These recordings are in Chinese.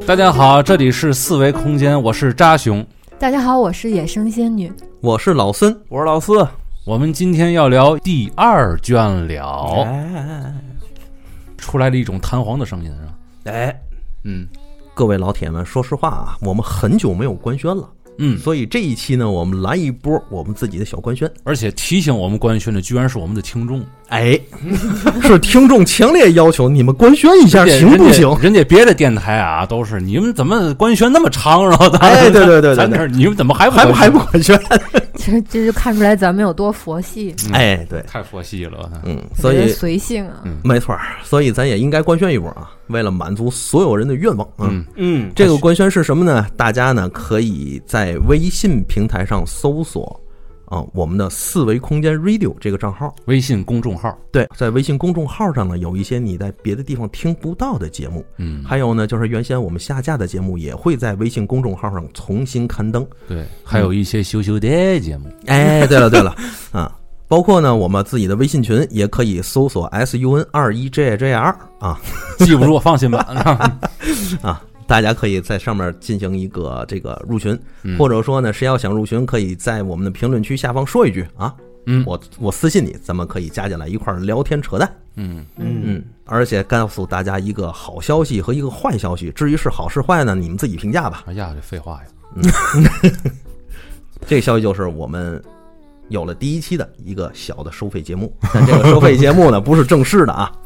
大家好，这里是四维空间，我是扎熊。 大家好，我是野生仙女。 我是老孙， 我是老四。 我们今天要聊第2卷了，出来了一种弹簧的声音是吧？ 各位老铁们，说实话啊，我们很久没有官宣了。所以这一期呢，我们来一波我们自己的小官宣， 而且提醒我们官宣的居然是我们的听众。 是听众强烈要求你们官宣一下，行不行？ 人家别的电台啊，都是你们怎么官宣那么长，然后对， 咱这你们怎么还不官宣？ 这就看出来咱们有多佛系。 对， 太佛系了。 所以随性啊。 没错，所以咱也应该官宣一波啊，为了满足所有人的愿望。这个官宣是什么呢？大家呢可以在微信平台上搜索我们的四维空间 Radio 这个账号， 微信公众号。 对，在微信公众号上呢，有一些你在别的地方听不到的节目。还有呢，就是原先我们下架的节目也会在微信公众号上重新刊登。对， 还有一些羞羞的节目。 对了包括呢，我们自己的微信群也可以搜索 SUN21JJR 啊， 记不住放心吧啊。大家可以在上面进行一个这个入群，或者说呢，谁要想入群，可以在我们的评论区下方说一句啊，我私信你，咱们可以加进来一块聊天扯淡。而且告诉大家一个好消息和一个坏消息，至于是好是坏呢，你们自己评价吧。 哎呀，这废话呀。 这个消息就是我们有了第1期的一个小的收费节目，但这个收费节目呢不是正式的啊。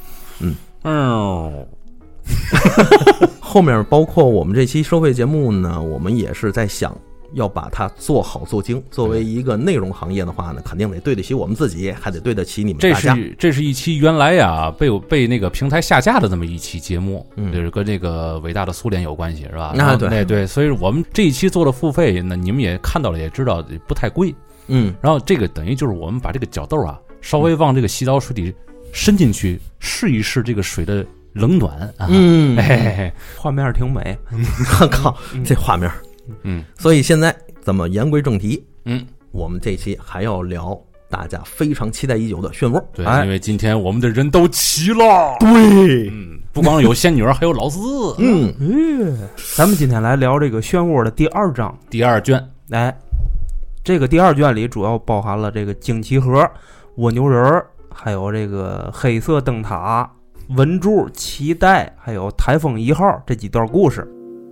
后面包括我们这期收费节目呢，我们也是在想要把它做好做精。作为一个内容行业的话呢，肯定得对得起我们自己，还得对得起你们大家。 这是一期原来呀被那个平台下架的这么一期节目，就是跟这个伟大的苏联有关系，是吧？对，所以我们这一期做的付费呢，你们也看到了，也知道不太贵。然后这个等于就是我们把这个角豆啊，稍微往这个洗澡水里伸进去，试一试这个水的冷暖啊。 画面挺美。 靠，这画面。所以现在咱们言归正题。我们这期还要聊大家非常期待已久的漩涡。 对，因为今天我们的人都齐了。 对， 不光有仙女儿，还有老四。 咱们今天来聊这个漩涡的第2章， 第2卷。 这个第2卷里主要包含了这个惊奇盒、蜗牛人，还有这个黑色灯塔、文柱、脐带，还有台风1号这几段故事。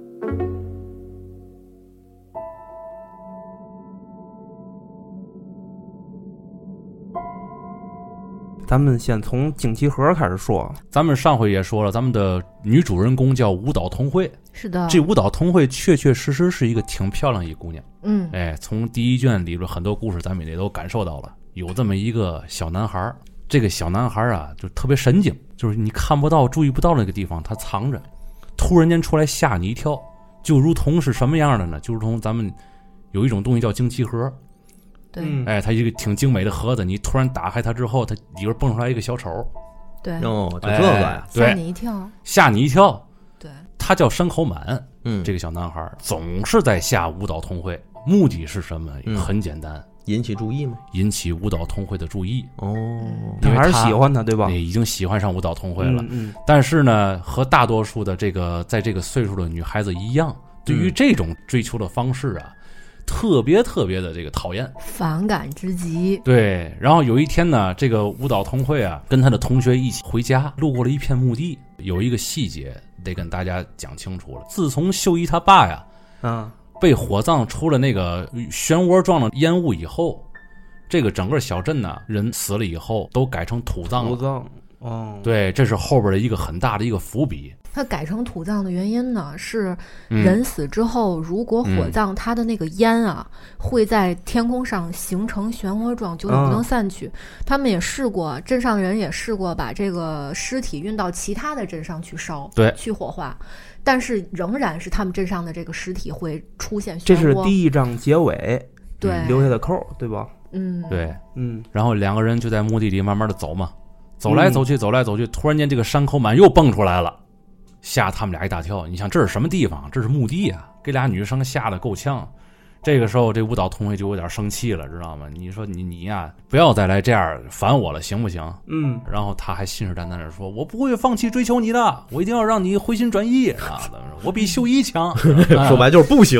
咱们先从惊奇盒开始说。 咱们上回也说了，咱们的女主人公叫舞蹈童慧。 是的， 这舞蹈童慧确确实实是一个挺漂亮一姑娘。从第1卷里边很多故事咱们也都感受到了，有这么一个小男孩。这个小男孩啊，就特别神经，就是你看不到、注意不到那个地方，他藏着，突然间出来吓你一跳，就如同是什么样的呢？就如同咱们有一种东西叫惊奇盒。 对， 它一个挺精美的盒子，你突然打开它之后，它里边蹦出来一个小丑。 对， 就这个呀， 吓你一跳。对， 他叫山口满。这个小男孩总是在吓舞蹈童慧，目的是什么？很简单， 引起注意吗？ 引起舞蹈童慧的注意。 他还是喜欢他，对吧？ 已经喜欢上舞蹈童慧了。但是呢，和大多数的这个在这个岁数的女孩子一样，对于这种追求的方式啊，特别的这个讨厌， 反感之极。 对，然后有一天呢，这个舞蹈童慧啊，跟他的同学一起回家，路过了一片墓地，有一个细节得跟大家讲清楚了。自从秀一他爸呀，被火葬出了那个漩涡状的烟雾以后，这个整个小镇呢，人死了以后都改成土葬了。对，这是后边的一个很大的一个伏笔。 它改成土葬的原因呢，是人死之后，如果火葬，它的那个烟啊，会在天空上形成漩涡状，久久不能散去。他们也试过，镇上人也试过把这个尸体运到其他的镇上去烧， 对， 去火化，但是仍然是他们镇上的这个尸体会出现漩涡。 这是第1章结尾对留下的扣，对吧？ 对，然后2个人就在墓地里慢慢的走嘛，走来走去，突然间这个山口满又蹦出来了。吓他们俩一大跳，你想这是什么地方？这是墓地啊！给俩女生吓得够呛。 这个时候，这舞蹈同会就有点生气了，知道吗？你说你呀，不要再来这样烦我了，行不行？然后他还信誓旦旦的说：“我不会放弃追求你的，我一定要让你回心转意啊！我比秀一强。” 说白就是不行。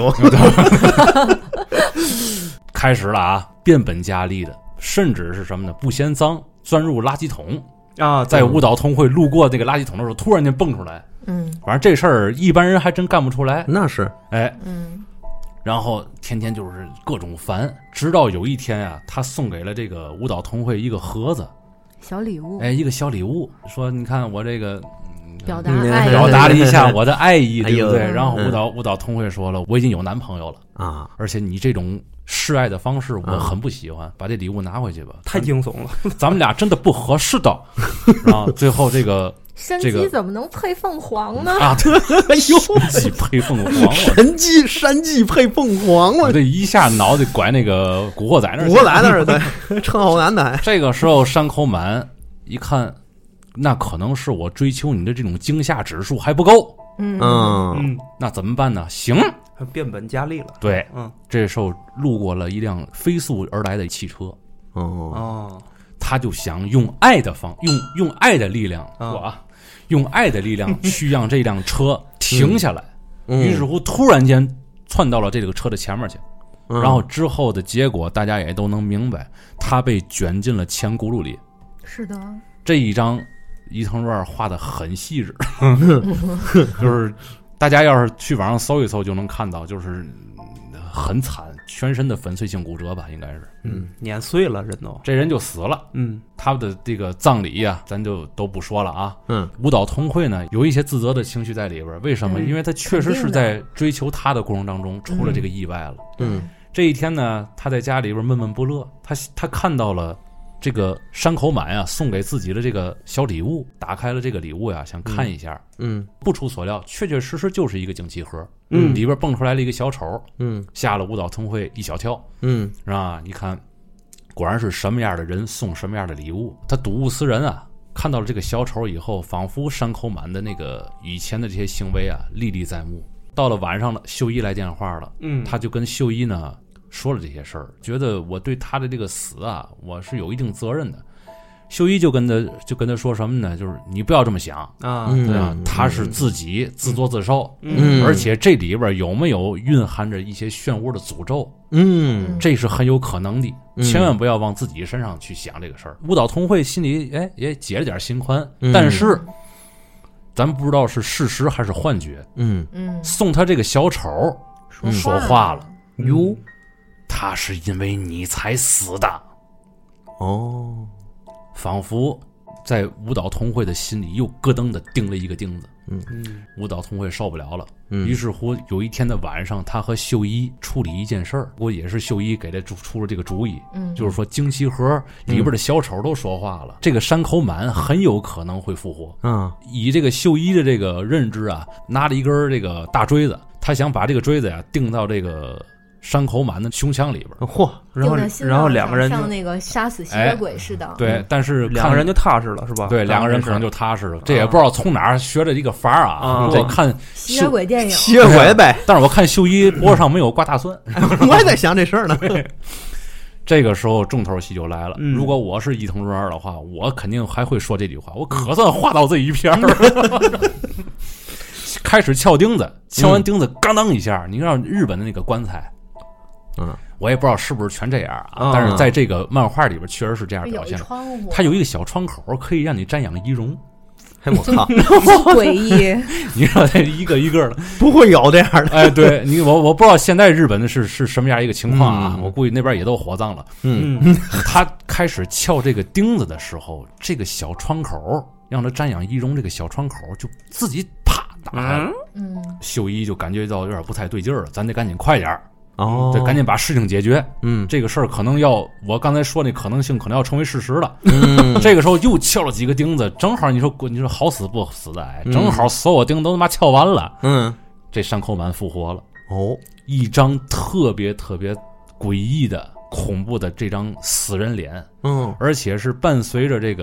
开始了啊，变本加厉的，甚至是什么呢？不嫌脏，钻入垃圾桶啊！在舞蹈同会路过这个垃圾桶的时候，突然间蹦出来。反正这事儿一般人还真干不出来。 那是， 然后天天就是各种烦，直到有一天啊，他送给了这个舞蹈同会一个盒子， 小礼物， 一个小礼物，说你看我这个表达了一下我的爱意，对不对？然后舞蹈同会说了，我已经有男朋友了啊，而且你这种示爱的方式我很不喜欢，把这礼物拿回去吧， 太惊悚了， 咱们俩真的不合适的。然后最后这个。 山鸡怎么能配凤凰呢？ 啊，哎呦，山鸡配凤凰， 山鸡配凤凰， 我这一下脑袋拐那个古惑仔那儿， 古惑仔那儿对，陈浩南的。 这个时候山口满一看，那可能是我追求你的这种惊吓指数还不够。那怎么办呢？行， 变本加厉了。 对，这时候路过了一辆飞速而来的汽车。他就想用爱的用爱的力量，用爱的力量去让这辆车停下来。于是乎，突然间窜到了这个车的前面去，然后之后的结果大家也都能明白，他被卷进了钱轱辘里。 是的， 这一张伊藤润二画的很细致，就是大家要是去网上搜一搜就能看到，就是很惨，全身的粉碎性骨折吧，应该是， 碾碎了人都， 这人就死了，他的这个葬礼呀，咱就都不说了啊，舞蹈同会呢有一些自责的情绪在里边，为什么？因为他确实是在追求他的过程当中出了这个意外了，这一天呢，他在家里边闷闷不乐，他看到了这个山口满啊送给自己的这个小礼物，打开了这个礼物呀，想看一下，不出所料，确确实实就是一个惊奇盒，里边蹦出来了一个小丑，吓了舞蹈同会一小跳，是吧？你看，果然是什么样的人送什么样的礼物，他睹物思人啊。看到了这个小丑以后，仿佛山口满的那个以前的这些行为啊历历在目。到了晚上了，秀一来电话了，他就跟秀一呢说了这些事儿，觉得我对他的这个死啊，我是有一定责任的。秀一就跟他说什么呢？就是你不要这么想啊，对吧？他是自己自作自受，而且这里边有没有蕴含着一些漩涡的诅咒？这是很有可能的，千万不要往自己身上去想这个事儿。舞蹈同会心里也解了点心宽，但是咱不知道是事实还是幻觉。送他这个小丑说话了，哟，他是因为你才死的。哦。仿佛在舞蹈同会的心里又咯噔的钉了一个钉子。舞蹈同会受不了了。于是乎有一天的晚上，他和秀一处理一件事儿，不过也是秀一给他出了这个主意，就是说惊奇盒里边的小丑都说话了，这个山口满很有可能会复活。以这个秀一的这个认知啊，拿了一根这个大锥子，他想把这个锥子呀钉到这个山口满的胸腔里边， 嚯！ 然后两个人像那个杀死吸血鬼似的， 对，但是两个人就踏实了，是吧？ 对，两个人可能就踏实了。这也不知道从哪儿学的一个法儿啊！我看吸血鬼电影， 吸血鬼呗。 但是我看秀一脖子上没有挂大蒜， 我也在想这事儿呢。 这个时候重头戏就来了。如果我是伊藤润二的话，我肯定还会说这句话。我可算画到这一片儿。开始撬钉子，撬完钉子，刚当一下，你知道日本的那个棺材。我也不知道是不是全这样啊，但是在这个漫画里边确实是这样表现的。它有一个小窗口，可以让你瞻仰仪容。 我靠， 诡异！ 你知道这一个一个的， 不会有这样的。 哎，对你，我不知道现在日本的是什么样一个情况啊？我估计那边也都火葬了。他开始撬这个钉子的时候，这个小窗口让他瞻仰仪容，这个小窗口就自己啪打开了。秀一就感觉到有点不太对劲儿了，咱得赶紧快点儿。得赶紧把事情解决。这个事儿可能要我刚才说那可能性可能要成为事实了。这个时候又撬了几个钉子，正好你说好死不死的，正好所有钉都他妈撬完了。这山口满复活了。一张特别特别诡异的、恐怖的这张死人脸。而且是伴随着这个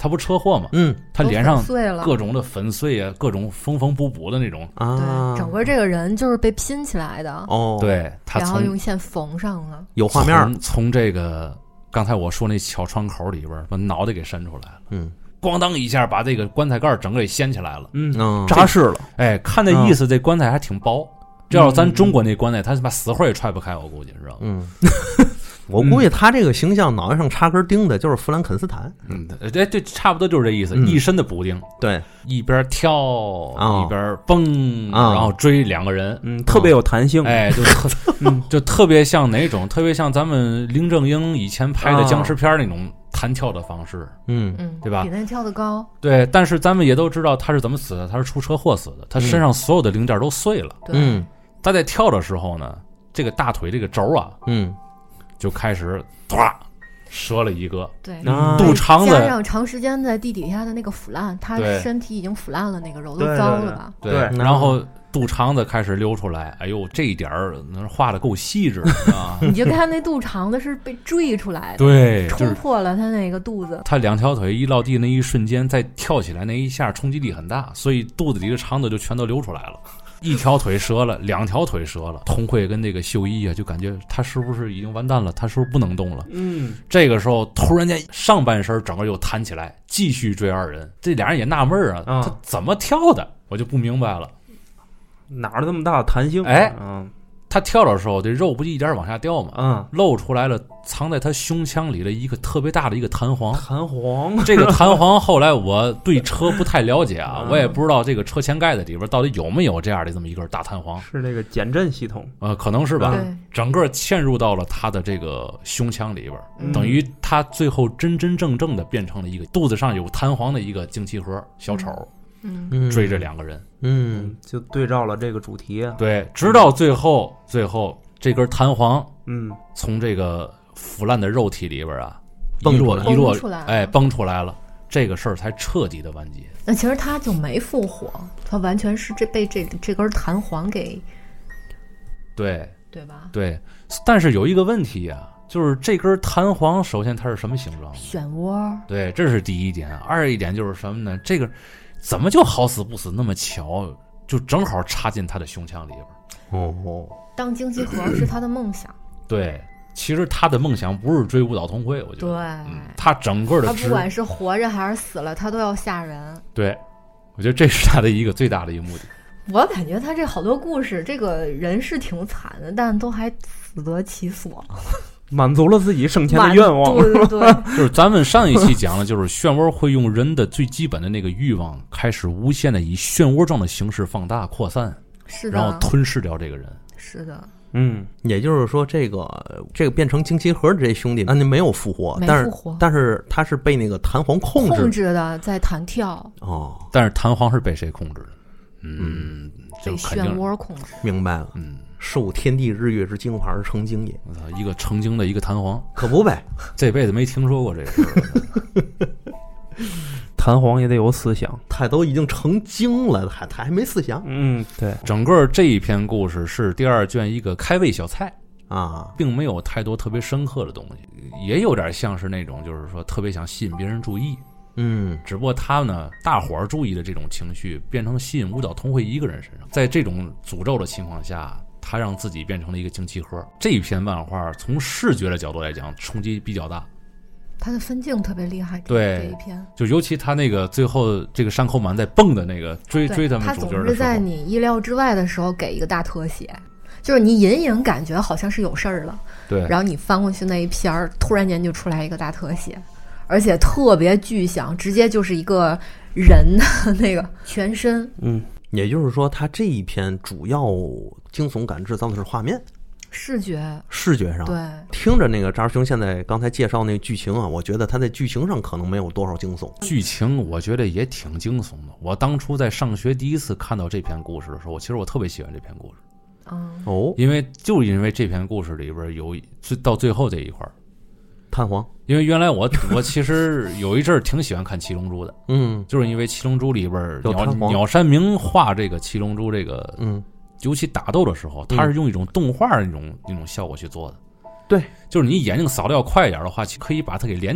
他不车祸吗？他脸上各种的粉碎啊，各种缝缝补补的那种啊。对，整个这个人就是被拼起来的哦。 对，他然后用线缝上了， 有画面。 从这个刚才我说那小窗口里边把脑袋给伸出来了，咣当一下把这个棺材盖整个给掀起来了， 扎实了。 哎，看那意思，这棺材还挺薄。这要是咱中国那棺材，他他妈死活也踹不开，我估计知道吗？ 我估计他这个形象脑袋上插根钉的就是弗兰肯斯坦。 对，差不多就是这意思，一身的补丁。 对， 一边跳一边蹦，然后追两个人， 特别有弹性。 哎，就特别像哪种？特别像咱们林正英以前拍的僵尸片那种弹跳的方式。对吧？ 比那跳得高。 对，但是咱们也都知道他是怎么死的，他是出车祸死的，他身上所有的零件都碎了。他在跳的时候呢，这个大腿这个轴啊，就开始唰折了一个。 对， 肚肠子加上长时间在地底下的那个腐烂，他身体已经腐烂了，那个肉都糟了吧？ 对，然后肚肠子开始流出来。哎呦，这一点画的够细致啊！ 你就看那肚肠子是被坠出来的， 对， 冲破了他那个肚子。 他两条腿一落地那一瞬间，再跳起来那一下冲击力很大，所以肚子里的肠子就全都流出来了。一条腿折了，两条腿折了。童慧跟那个秀一啊，就感觉他是不是已经完蛋了？他是不是不能动了？这个时候突然间上半身整个又弹起来，继续追二人。这俩人也纳闷啊，他怎么跳的？我就不明白了， 哪儿这么大的弹性？ 哎，他跳的时候，这肉不就一点往下掉吗？露出来了，藏在他胸腔里的一个特别大的一个弹簧。这个弹簧后来我对车不太了解啊，我也不知道这个车前盖的里边到底有没有这样的这么一根大弹簧。 是那个减震系统， 可能是吧。整个嵌入到了他的这个胸腔里边，等于他最后真真正正的变成了一个肚子上有弹簧的一个惊奇盒小丑。追着两个人， 就对照了这个主题。 对，直到最后这根弹簧，从这个腐烂的肉体里边啊， 蹦出来，哎，蹦出来了，这个事儿才彻底的完结。 那其实他就没复活，他完全是被这根弹簧给，对吧？ 对，但是有一个问题啊。就是这根弹簧，首先它是什么形状？ 漩涡。对， 这是第一点。二一点就是什么呢？这个怎么就好死不死那么巧，就正好插进他的胸腔里边？ 当惊奇盒是他的梦想。 对，其实他的梦想不是追舞蹈同会，我觉得。对，他整个的他不管是活着还是死了，他都要吓人。 对，我觉得这是他的一个最大的一个目的。 我感觉他这好多故事，这个人是挺惨的，但都还死得其所。 满足了自己生前的愿望。 对， 就是咱们上一期讲的，就是漩涡会用人的最基本的那个欲望，开始无限的以漩涡状的形式放大扩散， 是的， 然后吞噬掉这个人。 是的， 也就是说，这个变成惊奇盒的这兄弟，那没有复活，但是他是被那个弹簧控制的，在弹跳。 但是弹簧是被谁控制的？ 被漩涡控制。 明白了。受天地日月之精华而成精也， 一个成精的一个弹簧， 可不呗？ 这辈子没听说过这个事儿。 弹簧也得有思想， 他都已经成精了，他还没思想。 对。 整个这一篇故事是第二卷一个开胃小菜啊， 并没有太多特别深刻的东西，也有点像是那种就是说特别想吸引别人注意。只不过他呢，大伙儿注意的这种情绪变成吸引舞蹈同会一个人身上，在这种诅咒的情况下。他让自己变成了一个惊奇盒。这一篇漫画从视觉的角度来讲，冲击比较大。 他的分镜特别厉害， 对这一篇， 就尤其他那个最后这个山口满在蹦的那个追他们主角的时候， 他总是在你意料之外的时候给一个大特写，就是你隐隐感觉好像是有事儿了， 对， 然后你翻过去那一篇，突然间就出来一个大特写，而且特别巨响，直接就是一个人的那个全身。 也就是说，他这一篇主要惊悚感制造的是画面、视觉上。 对， 听着那个扎兄现在刚才介绍那个剧情啊，我觉得他在剧情上可能没有多少惊悚。 剧情我觉得也挺惊悚的。我当初在上学第一次看到这篇故事的时候，其实我特别喜欢这篇故事。因为这篇故事里边有到最后这一块弹簧。 因为原来我其实有一阵儿挺喜欢看七龙珠的，就是因为七龙珠里边鸟山明画这个七龙珠这个，尤其打斗的时候，他是用一种动画那种效果去做的。 对， 就是你眼睛扫的要快一点的话，可以把它给连起来。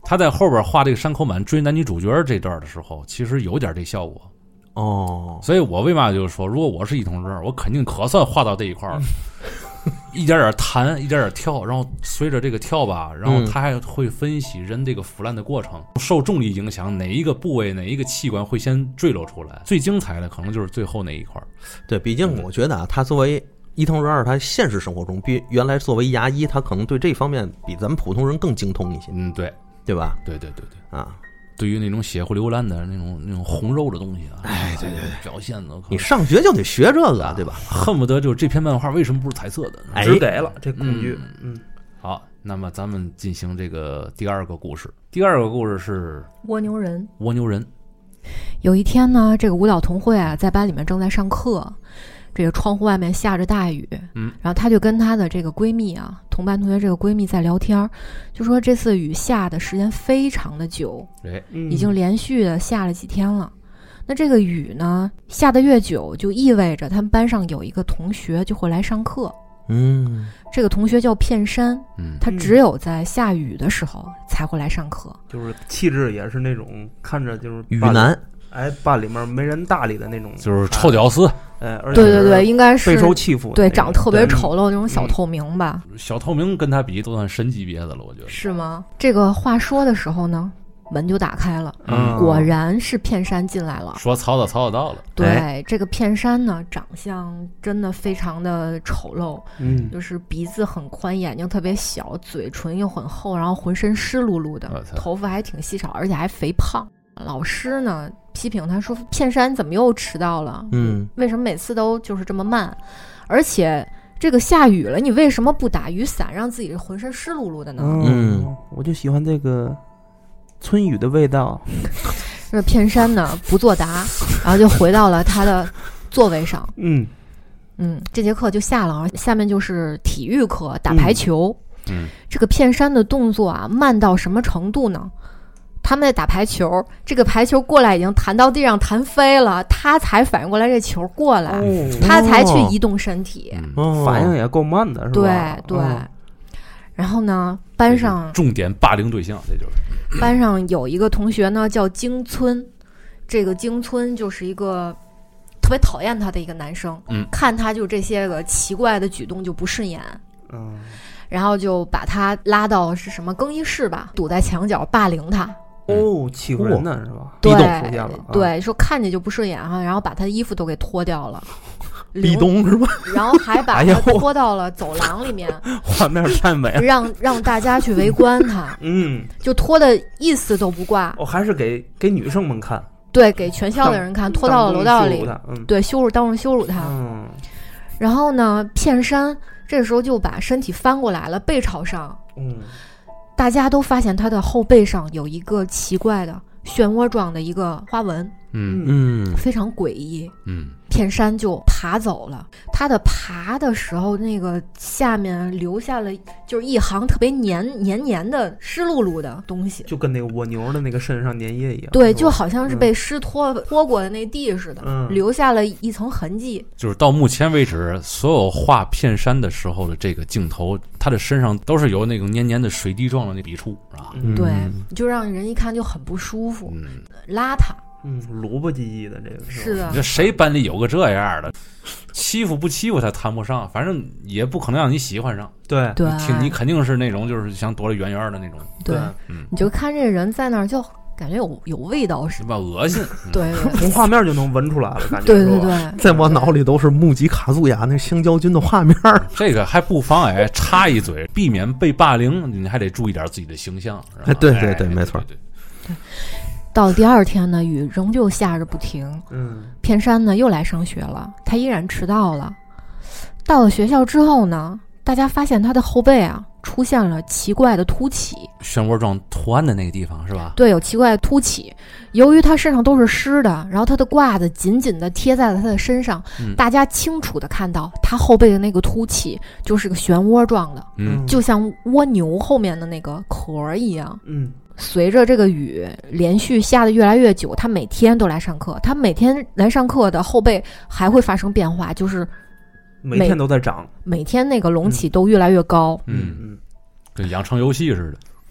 他在后边画这个山口满追男女主角这段的时候，其实有点这效果。 哦， 所以我为嘛就是说，如果我是伊藤润，我肯定可算画到这一块儿，一点点弹，一点点跳，然后随着这个跳吧，然后他还会分析人这个腐烂的过程，受重力影响，哪一个部位、哪一个器官会先坠落出来。最精彩的可能就是最后那一块。 对，毕竟我觉得啊，他作为伊藤润二，他现实生活中比原来作为牙医，他可能对这方面比咱们普通人更精通一些。 对吧？ 对啊。 对于那种血乎流烂的那种红肉的东西啊， 对， 表现的， 你上学就得学这个，对吧？ 恨不得就这篇漫画为什么不是彩色的？ 只给了这恐惧。 好，那么咱们进行这个第二个故事。第二个故事是蜗牛人。 蜗牛人有一天呢，这个舞蹈同会啊，在班里面正在上课。这个窗户外面下着大雨，然后她就跟她的这个闺蜜啊，同班同学这个闺蜜在聊天，就说这次雨下的时间非常的久，已经连续的下了几天了。那这个雨呢，下得越久，就意味着他们班上有一个同学就会来上课。这个同学叫片山，他只有在下雨的时候才会来上课， 就是气质也是那种看着就是雨男。 班里面没人搭理的那种， 就是臭屌丝。 而且对，应该是备受欺负。 对，长得特别丑陋那种小透明吧。 小透明跟他比都算神级别的了，我觉得。 是吗？这个话说的时候呢，门就打开了，果然是片山进来了。 说曹操到了。 对，这个片山呢，长相真的非常的丑陋，就是鼻子很宽，眼睛特别小，嘴唇又很厚，然后浑身湿漉漉的，头发还挺稀少，而且还肥胖。老师呢批评他说，片山怎么又迟到了？为什么每次都就是这么慢？而且这个下雨了，你为什么不打雨伞，让自己浑身湿漉漉的呢？ 我就喜欢这个春雨的味道。 这片山呢不作答，然后就回到了他的座位上。这节课就下了，下面就是体育课，打排球。这个片山的动作啊，慢到什么程度呢？他们在打排球，这个排球过来已经弹到地上弹飞了，他才反应过来这球过来，他才去移动身体， 反应也够慢的，是吧？ 对。然后呢，班上重点霸凌对象，这就是班上有一个同学呢叫京村，这个京村就是一个特别讨厌他的一个男生，看他就这些个奇怪的举动就不顺眼，然后就把他拉到是什么更衣室吧，堵在墙角霸凌他。 欺负人呢是吧？ 对， 壁咚出现了， 对，说看见就不顺眼哈，然后把他的衣服都给脱掉了， 壁咚是吧？ 然后还把他拖到了走廊里面， 画面太美了， 让大家去围观他，就脱的意思都不挂， 还是给女生们看， 对，给全校的人看，拖到了楼道里，对，当众羞辱他，然后呢，片山这时候就把身体翻过来了，背朝上，大家都发现他的后背上有一个奇怪的漩涡状的一个花纹，非常诡异。片山就爬走了。他的爬的时候，那个下面留下了就是一行特别黏的湿漉漉的东西， 就跟那个蜗牛的那个身上粘液一样。 对，就好像是被湿拖过的那地似的，留下了一层痕迹。 就是到目前为止，所有画片山的时候的这个镜头，他的身上都是有那种黏的水滴状的那笔触，是吧？ 对，就让人一看就很不舒服，邋遢。 萝卜唧唧的，这个是的。 这谁班里有个这样的？欺负不欺负他谈不上，反正也不可能让你喜欢上。 对， 你肯定是那种就是想躲得远远的那种。 对，你就看这人在那儿就感觉有味道似的， 吧？恶心。 对， 从画面就能闻出来了，感觉。 对， 在我脑里都是木吉卡祖亚那香蕉君的画面。 这个还不妨插一嘴，避免被霸凌，你还得注意点自己的形象。 对，没错。 对。到了第二天呢，雨仍旧下着不停。片山呢又来上学了，他依然迟到了。到了学校之后呢，大家发现他的后背啊出现了奇怪的凸起， 漩涡状图案的那个地方是吧？ 对，有奇怪的凸起。由于他身上都是湿的，然后他的褂子紧紧地贴在了他的身上，大家清楚地看到他后背的那个凸起就是个漩涡状的，就像蜗牛后面的那个壳一样。随着这个雨连续下的越来越久，他每天都来上课，他每天来上课的后背还会发生变化，就是每天都在长， 每天那个隆起都越来越高。 跟养成游戏似的。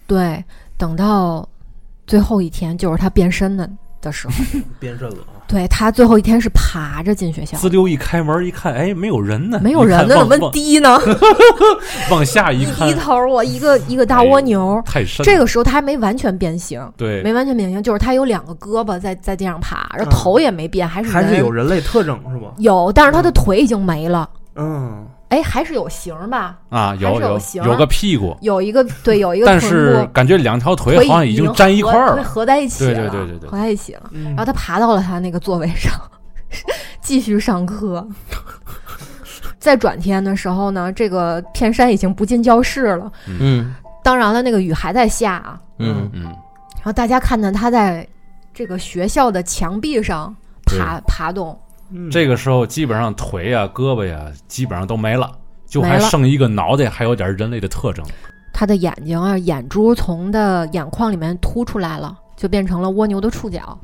对，等到最后一天，就是他变身的时候， 变身了。 对，他最后一天是爬着进学校， 自溜一开门一看，哎，没有人呢， 没有人呢，怎么低呢？ 往下一看， 一头我一个大蜗牛， 太深。 这个时候他还没完全变形， 对， 没完全变形，就是他有2个胳膊在地上爬，然后头也没变，还是有人类特征是吧？ 有，但是他的腿已经没了。 嗯。 哎，还是有形吧？ 啊，有个屁股， 有一个但是感觉2条腿好像已经粘一块了， 合在一起了， 对， 合在一起了。然后他爬到了他那个座位上，继续上课。在转天的时候呢，这个片山已经不进教室了。当然了，那个雨还在下啊。然后大家看见他在这个学校的墙壁上爬动。 这个时候基本上腿呀、胳膊呀基本上都没了，就还剩一个脑袋，还有点人类的特征。 他的眼睛啊，眼珠从的眼眶里面凸出来了，就变成了蜗牛的触角。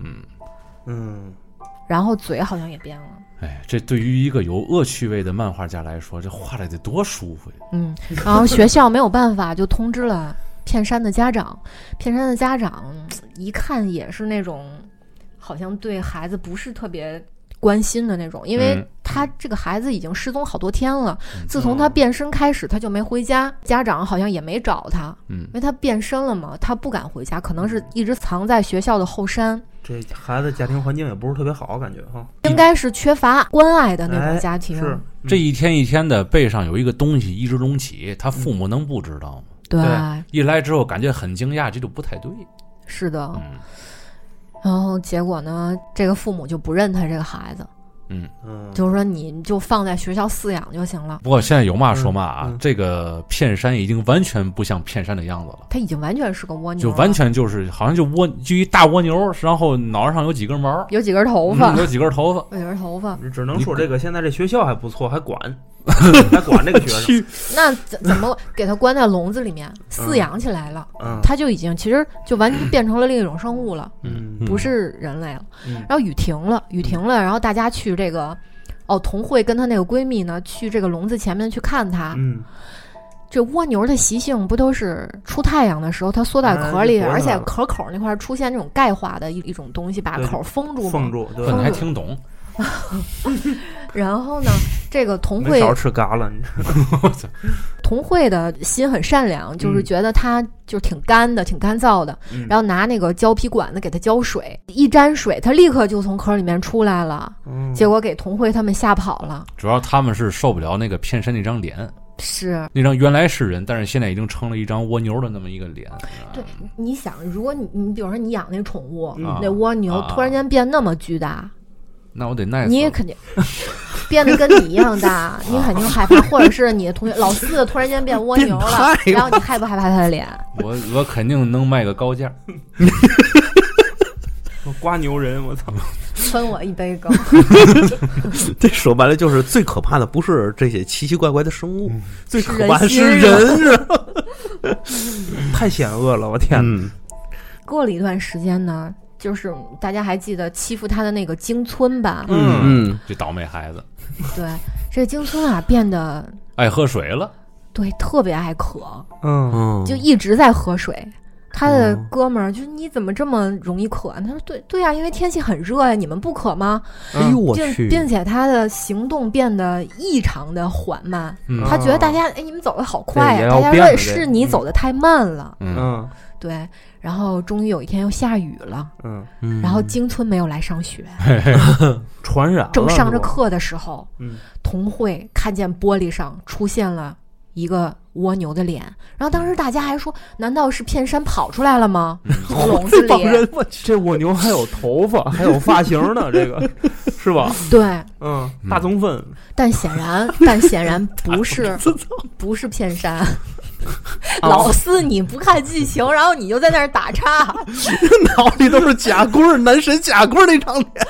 然后嘴好像也变了。 哎，这对于一个有恶趣味的漫画家来说，这画的得多舒服呀！ 然后学校没有办法，就通知了片山的家长。片山的家长一看也是那种好像对孩子不是特别关心的那种，因为他这个孩子已经失踪好多天了，自从他变身开始他就没回家，家长好像也没找他，因为他变身了嘛，他不敢回家，可能是一直藏在学校的后山。 这孩子家庭环境也不是特别好，感觉哈， 应该是缺乏关爱的那种家庭。 是这一天一天的背上有一个东西一直隆起，他父母能不知道吗？ 对， 一来之后感觉很惊讶，这就不太对。 是的。然后结果呢，这个父母就不认他这个孩子，就是说你就放在学校饲养就行了。 不过现在有嘛说嘛啊，这个片山已经完全不像片山的样子了， 他已经完全是个蜗牛， 就完全就是好像就一大蜗牛，然后脑袋上有几根毛， 有几根头发， 有几根头发， 只能说这个现在这学校还不错，还管这个学生。 那怎么给他关在笼子里面饲养起来了？他就已经其实就完全变成了另一种生物了，不是人类了。然后雨停了，然后大家去这个童慧跟她那个闺蜜呢，去这个笼子前面去看它。这蜗牛的习性不都是出太阳的时候它缩在壳里，而且壳口那块出现这种钙化的一种东西把口封住吗？ 封住， 对，你还挺懂。 然后呢，这个童慧没少吃嘎了，你知道童慧的心很善良，就是觉得他就是挺干的，挺干燥的，然后拿那个胶皮管子给他浇水，一沾水他立刻就从壳里面出来了，结果给童慧他们吓跑了。 主要他们是受不了那个片山那张脸， 是那张原来是人，但是现在已经成了一张蜗牛的那么一个脸。 对，你想，如果你比如说你养那宠物，那蜗牛突然间变那么巨大， 那我得耐死。 你也肯定变得跟你一样大，你肯定害怕，或者是你的同学老四突然间变蜗牛了，然后你害不害怕他的脸？ 我肯定能卖个高价。 刮牛人，我操！ 分我一杯羹。 这说白了就是最可怕的不是这些奇奇怪怪的生物，最可怕的是人，是吧？ 太险恶了，我天！ 过了一段时间呢，就是大家还记得欺负他的那个京村吧？ 这倒霉孩子。 对，这京村啊变得爱喝水了。 对，特别爱渴。就一直在喝水。他的哥们儿就是你怎么这么容易渴？他说对呀，因为天气很热呀，你们不渴吗？ 哎呦我去！ 并且他的行动变得异常的缓慢，他觉得大家你们走得好快呀，大家说是你走得太慢了。对，然后终于有一天又下雨了，然后京村没有来上学， 传染了。 正上着课的时候，童慧看见玻璃上出现了一个蜗牛的脸，然后当时大家还说，难道是片山跑出来了吗？从笼子里， 这蜗牛还有头发，还有发型呢，这个是吧？ 对， 大棕粪。 但显然不是片山。老四，你不看剧情，然后你就在那儿打岔， 脑里都是贾棍男神贾棍那张脸。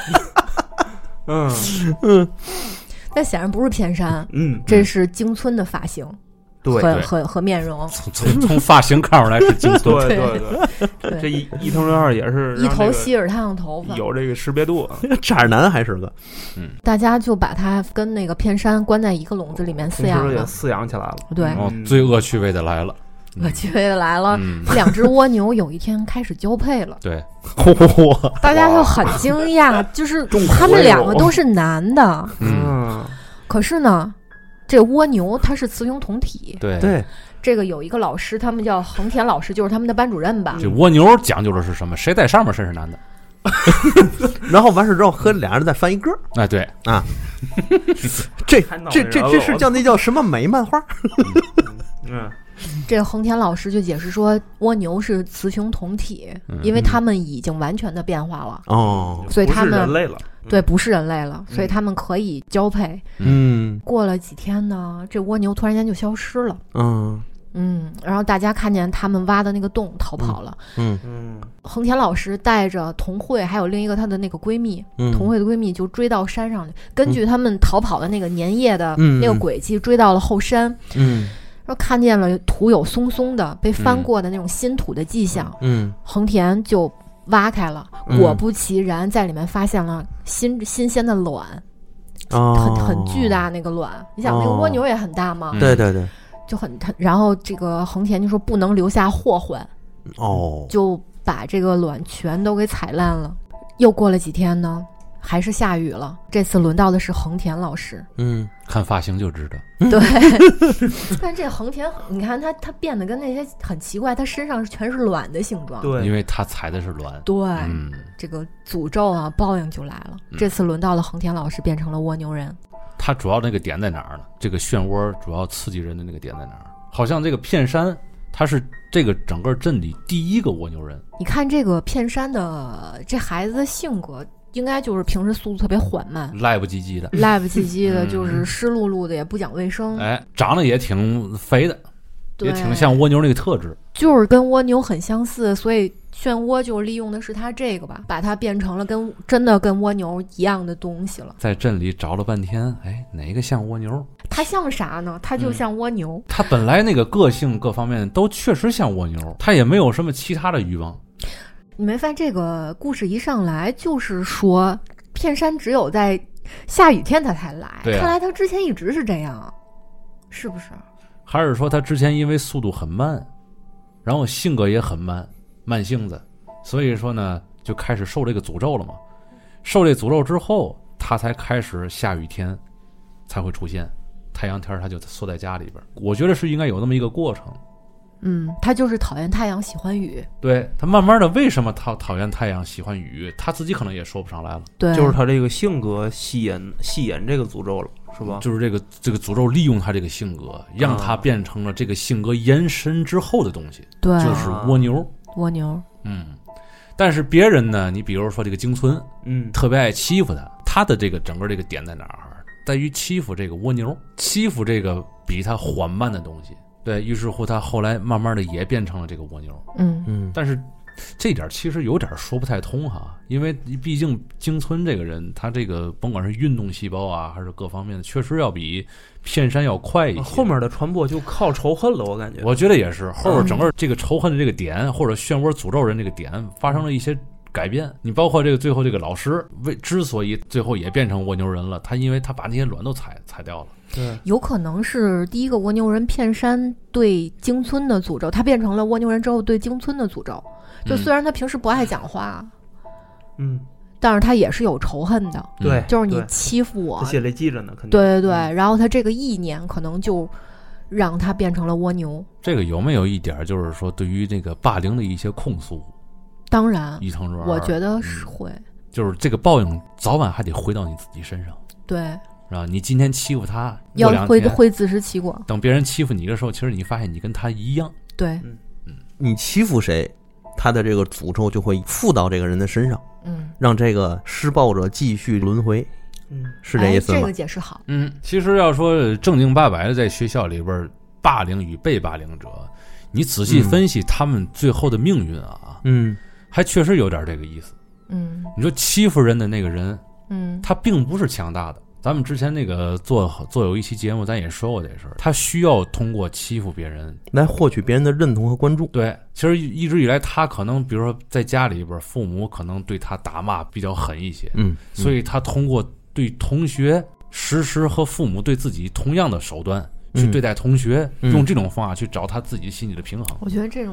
但显然不是片山，这是京村的发型， 对， 和面容。 从发型看出来是京村， 对， 这伊藤润二也是一头希尔烫头发， 有这个识别度， 渣男还是个。 大家就把他跟那个片山关在一个笼子里面饲养了， 也饲养起来了。 对， 最恶趣味的来了。 可趣味的来了，两只蜗牛有一天开始交配了。 对， 大家就很惊讶，就是他们两个都是男的。可是呢，这蜗牛它是雌雄同体。 对。 这个有一个老师，他们叫横田老师，就是他们的班主任吧。 这蜗牛讲究的是什么？谁在上面谁是男的。 然后完事之后和俩人再翻一个。 哎，对啊，这是叫那叫什么美漫画？ 这个横田老师就解释说，蜗牛是雌雄同体，因为他们已经完全的变化了哦， 所以他们不是人类了， 对，不是人类了，所以他们可以交配。过了几天呢，这蜗牛突然间就消失了。然后大家看见他们挖的那个洞逃跑了。横田老师带着童慧还有另一个她的那个闺蜜，童慧的闺蜜就追到山上去，根据他们逃跑的那个粘液的那个轨迹追到了后山。然后看见了土有松松的被翻过的那种新土的迹象。横田就挖开了，果不其然，在里面发现了新鲜的卵，很巨大那个卵。你想那个蜗牛也很大吗？ 对对对。 就然后这个横田就说不能留下祸患，就把这个卵全都给踩烂了。又过了几天呢，还是下雨了。这次轮到的是横田老师。 看发型就知道。 对，但这横田，你看他变得跟那些很奇怪，他身上全是卵的形状。 对， 因为他踩的是卵。 对，这个诅咒啊，报应就来了。这次轮到了横田老师，变成了蜗牛人。 他主要那个点在哪儿呢？这个漩涡主要刺激人的那个点在哪儿？好像这个片山，他是这个整个镇里第一个蜗牛人。 你看这个片山的这孩子的性格，应该就是平时速度特别缓慢， 赖不唧唧的，就是湿漉漉的，也不讲卫生。 哎，长得也挺肥的，也挺像蜗牛那个特质， 就是跟蜗牛很相似，所以漩涡就利用的是它这个吧，把它变成了真的跟蜗牛一样的东西了。 在镇里找了半天，哎，哪个像蜗牛？ 它像啥呢？它就像蜗牛。 它本来那个个性各方面都确实像蜗牛，它也没有什么其他的欲望。 你没发现这个故事一上来就是说片山只有在下雨天它才来，看来它之前一直是这样，是不是？ 还是说他之前因为速度很慢，然后性格也很慢性子，所以说呢就开始受这个诅咒了嘛。受这诅咒之后，他才开始下雨天才会出现，太阳天他就缩在家里边。我觉得是应该有那么一个过程。 他就是讨厌太阳，喜欢雨。 对，他慢慢的为什么讨厌太阳，喜欢雨，他自己可能也说不上来了。 对，就是他这个性格吸引这个诅咒了，是吧？ 就是这个诅咒利用他这个性格，让他变成了这个性格延伸之后的东西。 对， 就是蜗牛。 但是别人呢，你比如说这个京村，特别爱欺负他的这个整个这个点在哪儿？在于欺负这个蜗牛，欺负这个比他缓慢的东西。对，于是乎他后来慢慢的也变成了这个蜗牛。但是这点其实有点说不太通哈，因为毕竟京村这个人，他这个甭管是运动细胞啊还是各方面的，确实要比片山要快一些。 后面的传播就靠仇恨了，我感觉。 我觉得也是，后边整个这个仇恨的这个点，或者漩涡诅咒人这个点发生了一些改变。你包括这个最后这个老师之所以最后也变成蜗牛人了，他因为他把那些卵都踩掉了。 对， 有可能是第一个蜗牛人片山对京村的诅咒，他变成了蜗牛人之后对京村的诅咒。就虽然他平时不爱讲话，但是他也是有仇恨的。 对， 就是你欺负我， 他心里记着呢，肯定。 对，然后他这个意念可能就让他变成了蜗牛。 这个有没有一点就是说对于这个霸凌的一些控诉？ 当然， 伊藤润我觉得是会， 就是这个报应早晚还得回到你自己身上。 对， 是吧？你今天欺负他， 要会自食其果。 等别人欺负你的时候，其实你发现你跟他一样。 对， 你欺负谁，他的这个诅咒就会附到这个人的身上，让这个施暴者继续轮回。是这意思吗？ 这个解释好。 其实要说正经八百的在学校里边霸凌与被霸凌者，你仔细分析他们最后的命运啊，还确实有点这个意思。你说欺负人的那个人，他并不是强大的。咱们之前那个做有一期节目，咱也说过这事儿。他需要通过欺负别人来获取别人的认同和关注。 对，其实一直以来，他可能比如说在家里边，父母可能对他打骂比较狠一些，所以他通过对同学实施和父母对自己同样的手段， 去对待同学，用这种方法去找他自己心里的平衡。 我觉得这种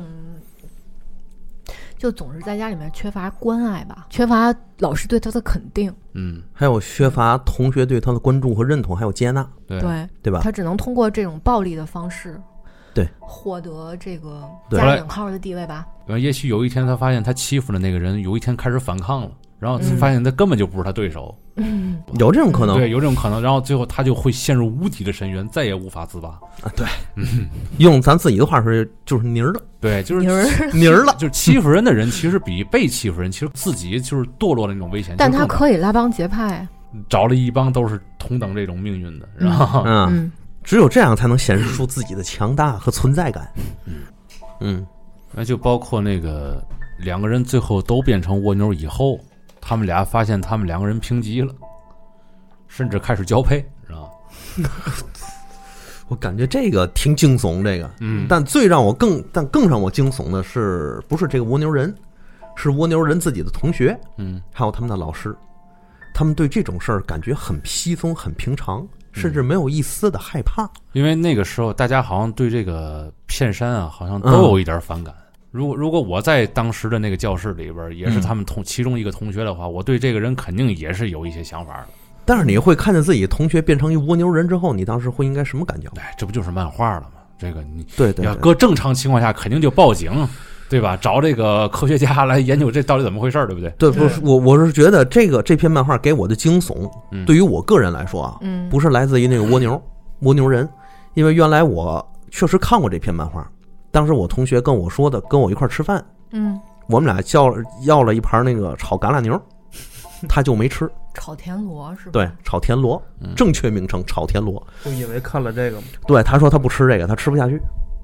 就总是在家里面缺乏关爱吧，缺乏老师对他的肯定， 还有缺乏同学对他的关注和认同，还有接纳， 对吧？ 他只能通过这种暴力的方式， 对， 获得这个加引号的地位吧。 也许有一天他发现他欺负的那个人有一天开始反抗了，然后发现他根本就不是他对手， 有这种可能， 对，有这种可能，然后最后他就会陷入无底的深渊，再也无法自拔啊！对，用咱自己的话说，就是泥儿了， 对，就是泥儿了， 就是欺负人的人，其实比被欺负人，其实自己就是堕落的那种危险。 但他可以拉帮结派， 找了一帮都是同等这种命运的，然后只有这样才能显示出自己的强大和存在感。 那就包括那个两个人最后都变成蜗牛以后。他们俩发现他们两个人平级了，甚至开始交配，知道吗？ 我感觉这个挺惊悚，这个，但更让我惊悚的是，不是这个蜗牛人，是蜗牛人自己的同学，还有他们的老师，他们对这种事儿感觉很稀松、很平常，甚至没有一丝的害怕。 因为那个时候大家好像对这个片山啊，好像都有一点反感。如果我在当时的那个教室里边也是他们其中一个同学的话，我对这个人肯定也是有一些想法的。 但是你会看见自己同学变成一蜗牛人之后，你当时会应该什么感觉？ 哎，这不就是漫画了吗？这个你对要搁正常情况下肯定就报警，对吧？找这个科学家来研究这到底怎么回事，对不对？ 对，不是我是觉得这篇漫画给我的惊悚，对于我个人来说啊，不是来自于那个蜗牛人，因为原来我确实看过这篇漫画。当时我同学跟我说的，跟我一块吃饭，我们俩要了一盘那个炒橄榄牛，他就没吃。 炒田螺是吧？ 对，炒田螺，正确名称炒田螺。 我以为看了这个吗？ 对，他说他不吃这个，他吃不下去。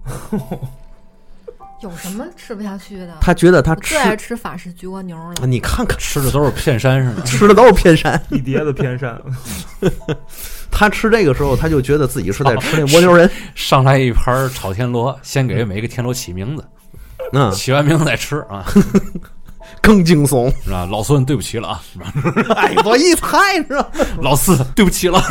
有什么吃不下去的？ 他觉得他最爱吃法式焗蜗牛了。 你看看， 吃的都是片山是吗？ 吃的都是片山， 一碟子片山。 他吃这个时候，他就觉得自己是在吃那蜗牛人。 上来一盘炒田螺，先给每个田螺起名字，起完名字再吃啊， 更惊悚是吧？老孙对不起了啊， 哎，我一猜是吧？ 老四对不起了。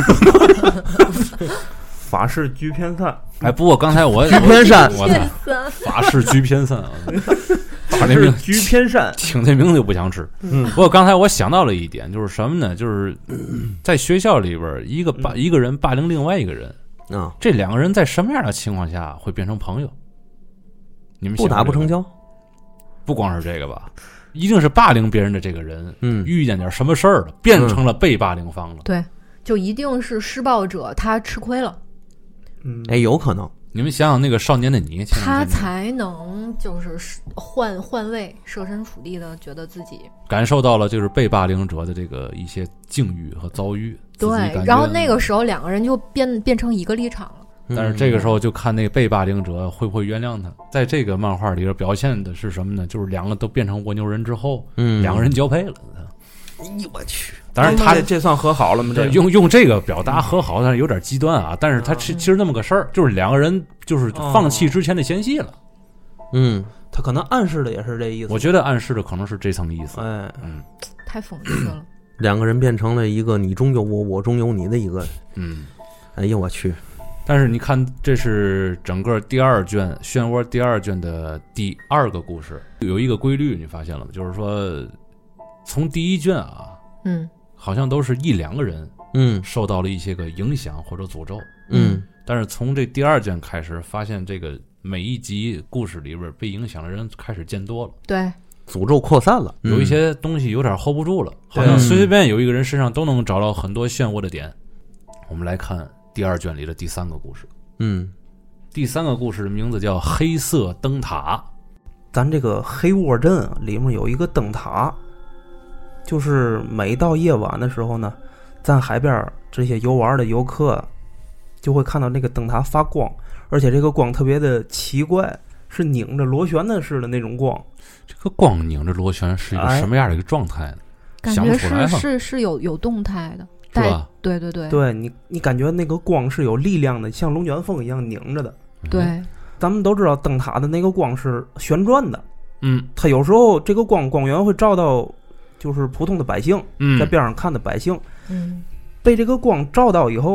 法式焗片山， 哎，不过刚才我焗片山， 我操，法式焗片山啊， 法式焗片山， 听这名字就不想吃。不过刚才我想到了一点，就是什么呢？就是在学校里边，一个人霸凌另外一个人啊， 这两个人在什么样的情况下会变成朋友？你们不打不成交？ 不光是这个吧，一定是霸凌别人的这个人，遇见点什么事儿了，变成了被霸凌方了。 对，就一定是施暴者他吃亏了。 哎，有可能。 你们想想那个少年的你， 他才能就是换位设身处地的觉得自己感受到了就是被霸凌者的这个一些境遇和遭遇。 对，然后那个时候两个人就变成一个立场了。 但是这个时候就看那个被霸凌者会不会原谅他。在这个漫画里边表现的是什么呢？就是两个都变成蜗牛人之后，两个人交配了。 哎呦我去！ 当然他这算和好了吗？ 用这个表达和好，但是有点极端啊。但是他其实那么个事儿，就是两个人就是放弃之前的嫌隙了。 他可能暗示的也是这意思。 我觉得暗示的可能是这层意思。 太讽刺了。 两个人变成了一个你中有我，我中有你的一个。哎呦我去！ 但是你看，这是整个第二卷《漩涡》第二卷的第二个故事，有一个规律，你发现了吗？就是说，从第一卷啊，好像都是一两个人，受到了一些个影响或者诅咒，但是从这第二卷开始，发现这个每一集故事里边被影响的人开始渐多了， 对， 诅咒扩散了， 有一些东西有点 hold 不住了，好像随随便有一个人身上都能找到很多漩涡的点。我们来看第二卷里的第三个故事，第三个故事的名字叫黑色灯塔。 咱这个黑窝镇里面有一个灯塔，就是每到夜晚的时候呢，咱海边这些游玩的游客就会看到那个灯塔发光，而且这个光特别的奇怪，是拧着螺旋的似的那种光。 这个光拧着螺旋是一个什么样的一个状态呢？ 感觉是有动态的， 是吧？ 对对对， 对你感觉那个光是有力量的，像龙卷风一样拧着的。 对， 咱们都知道灯塔的那个光是旋转的，它有时候这个光源会照到就是普通的百姓，在边上看的百姓，被这个光照到以后呢，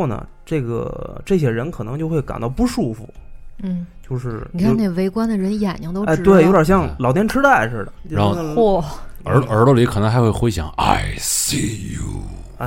这些人可能就会感到不舒服。就是你看那围观的人眼睛都直了， 对，有点像老年痴呆似的。 然后耳朵里可能还会回响 I see you，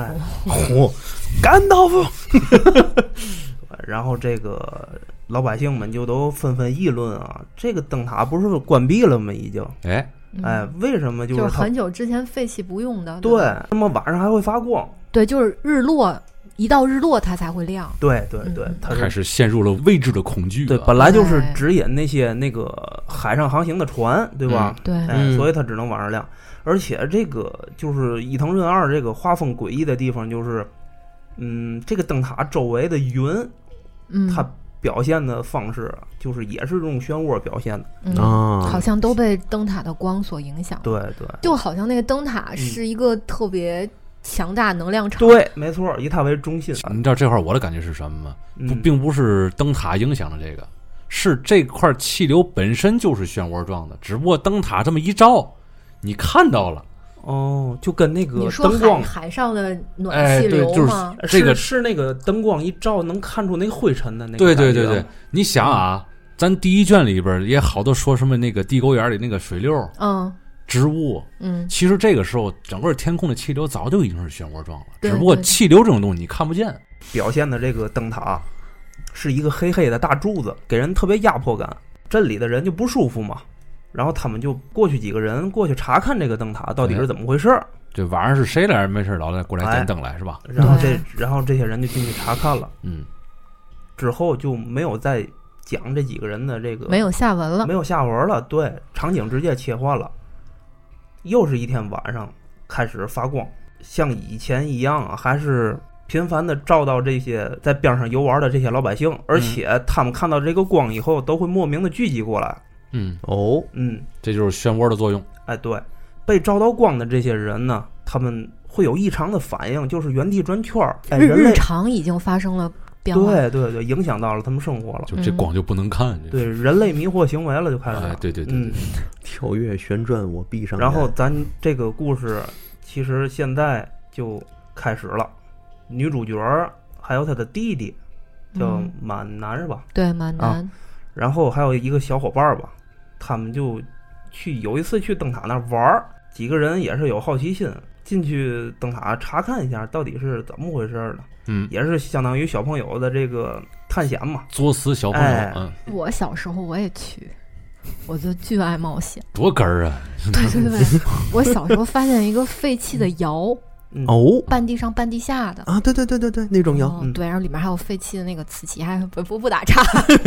甘道夫。然后这个老百姓们就都纷纷议论啊，这个灯塔不是关闭了吗？已经，为什么就是很久之前废弃不用的？ 对，那么晚上还会发光？ 对，就是一到日落它才会亮。 对，它开始陷入了未知的恐惧。 对，本来就是指引那些那个海上航行的船，对吧？ 对， 所以它只能晚上亮。而且这个就是伊藤润二这个画风诡异的地方，就是这个灯塔周围的云，它表现的方式就是也是用漩涡表现的， 好像都被灯塔的光所影响。 对， 就好像那个灯塔是一个特别强大能量场。 对，没错，以它为中心。 你知道这块我的感觉是什么吗？并不是灯塔影响了这个，是这块气流本身就是漩涡状的，只不过灯塔这么一照，你看到了。 就跟那个你说灯光海上的暖气流吗？ 这个是那个灯光一照能看出那灰尘的那个。 对，你想啊，咱第一卷里边也好多说什么那个地沟眼里那个水流，植物，其实这个时候整个天空的气流早就已经是漩涡状了，只不过气流这种东西你看不见。 表现的这个灯塔是一个黑黑的大柱子，给人特别压迫感，镇里的人就不舒服嘛。然后他们就几个人过去查看这个灯塔到底是怎么回事。 这晚上是谁来没事老来过来点灯来是吧？ 然后这些人就进去查看了，之后就没有再讲这几个人的这个， 没有下文了。对，场景直接切换了，又是一天晚上开始发光，像以前一样啊，还是频繁的照到这些在边上游玩的这些老百姓，而且他们看到这个光以后都会莫名的聚集过来。这就是漩涡的作用。 对，被照到光的这些人呢，他们会有异常的反应，就是原地转圈。 日常已经发生了变化。 对，影响到了他们生活了。 就这光就不能看。 对，人类迷惑行为了就开始了。 对， 跳跃旋转，我闭上眼。 然后咱这个故事其实现在就开始了，女主角还有她的弟弟叫满南是吧？ 对，满南。 然后还有一个小伙伴吧。他们就有一次去灯塔那玩，几个人也是有好奇心，进去灯塔查看一下到底是怎么回事呢？也是相当于小朋友的这个探险嘛， 作死小朋友。 我小时候我也去，我就巨爱冒险， 多根儿啊！ 对，我小时候发现一个废弃的窑。半地上半地下的对，那种窑。 对，然后里面还有废弃的那个瓷器，还不打岔。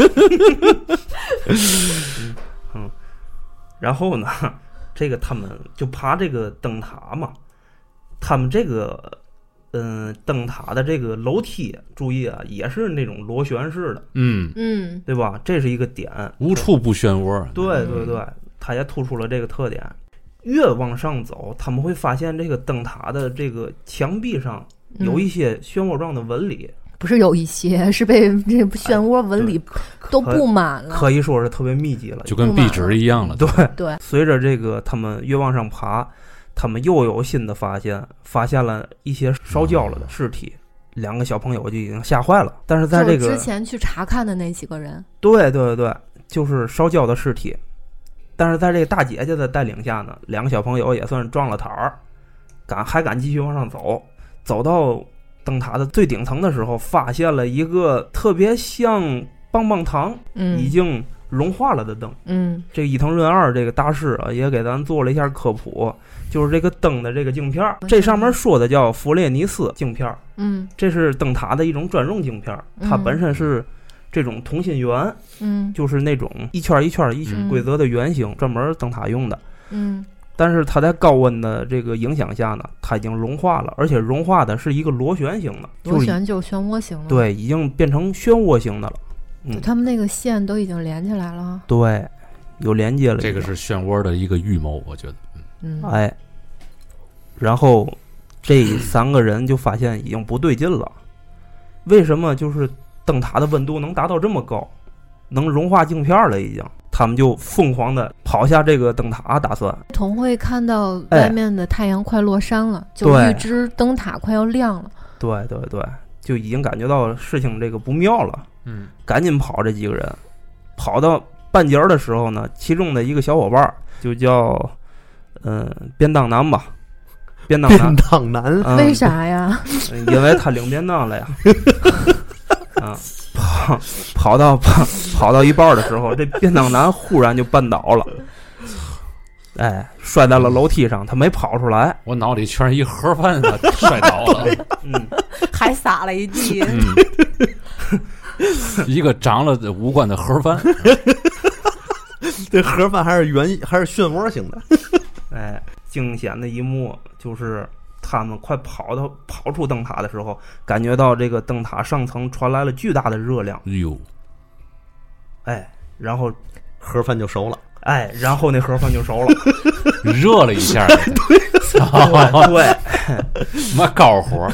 然后呢，这个他们就爬这个灯塔嘛，他们这个灯塔的这个楼梯，注意啊，也是那种螺旋式的，对吧？这是一个点， 无处不漩涡。 对，它也突出了这个特点。越往上走，他们会发现这个灯塔的这个墙壁上有一些漩涡状的纹理。 不是有一些，是被这漩涡纹理都布满了， 可以说是特别密集了， 就跟壁纸一样了。 对，随着这个他们越往上爬，他们又有新的发现了一些烧焦了的尸体。2个小朋友就已经吓坏了。但是在这个之前去查看的那几个人， 对，就是烧焦的尸体。但是在这个大姐姐的带领下呢，2个小朋友也算撞了台儿，还敢继续往上走到灯塔的最顶层的时候，发现了一个特别像棒棒糖已经融化了的灯。这个伊藤润二这个大师啊，也给咱做了一下科普，就是这个灯的这个镜片，这上面说的叫弗列尼斯镜片。这是灯塔的一种专用镜片，它本身是这种同心圆，就是那种一圈一圈规则的圆形，专门灯塔用的。但是它在高温的这个影响下呢，它已经融化了，而且融化的是一个螺旋形的。 螺旋就是漩涡形的。 对，已经变成漩涡形的了。 他们那个线都已经连起来了。 对，有连接了。 这个是漩涡的一个预谋，我觉得。 然后这3个人就发现已经不对劲了。为什么就是灯塔的温度能达到这么高，能融化镜片了已经？他们就疯狂的跑下这个灯塔，打算童慧看到外面的太阳快落山了，就预知灯塔快要亮了。 对， 就已经感觉到事情这个不妙了，赶紧跑。这几个人跑到半截的时候呢，其中的一个小伙伴就叫便当男吧，便当男， 为啥呀？ 因为他领便当了呀。啊，跑到一半的时候，这便当男忽然就绊倒了。哎，摔在了楼梯上，他没跑出来。 我脑里全是一盒饭，他摔倒了， 还撒了一地， 一个长了五官的盒饭。 这盒饭还是漩涡型的。 哎，惊险的一幕就是他们快跑出灯塔的时候，感觉到这个灯塔上层传来了巨大的热量。哎，然后盒饭就熟了。 哎，然后那盒饭就熟了， 热了一下。 对， 妈高火。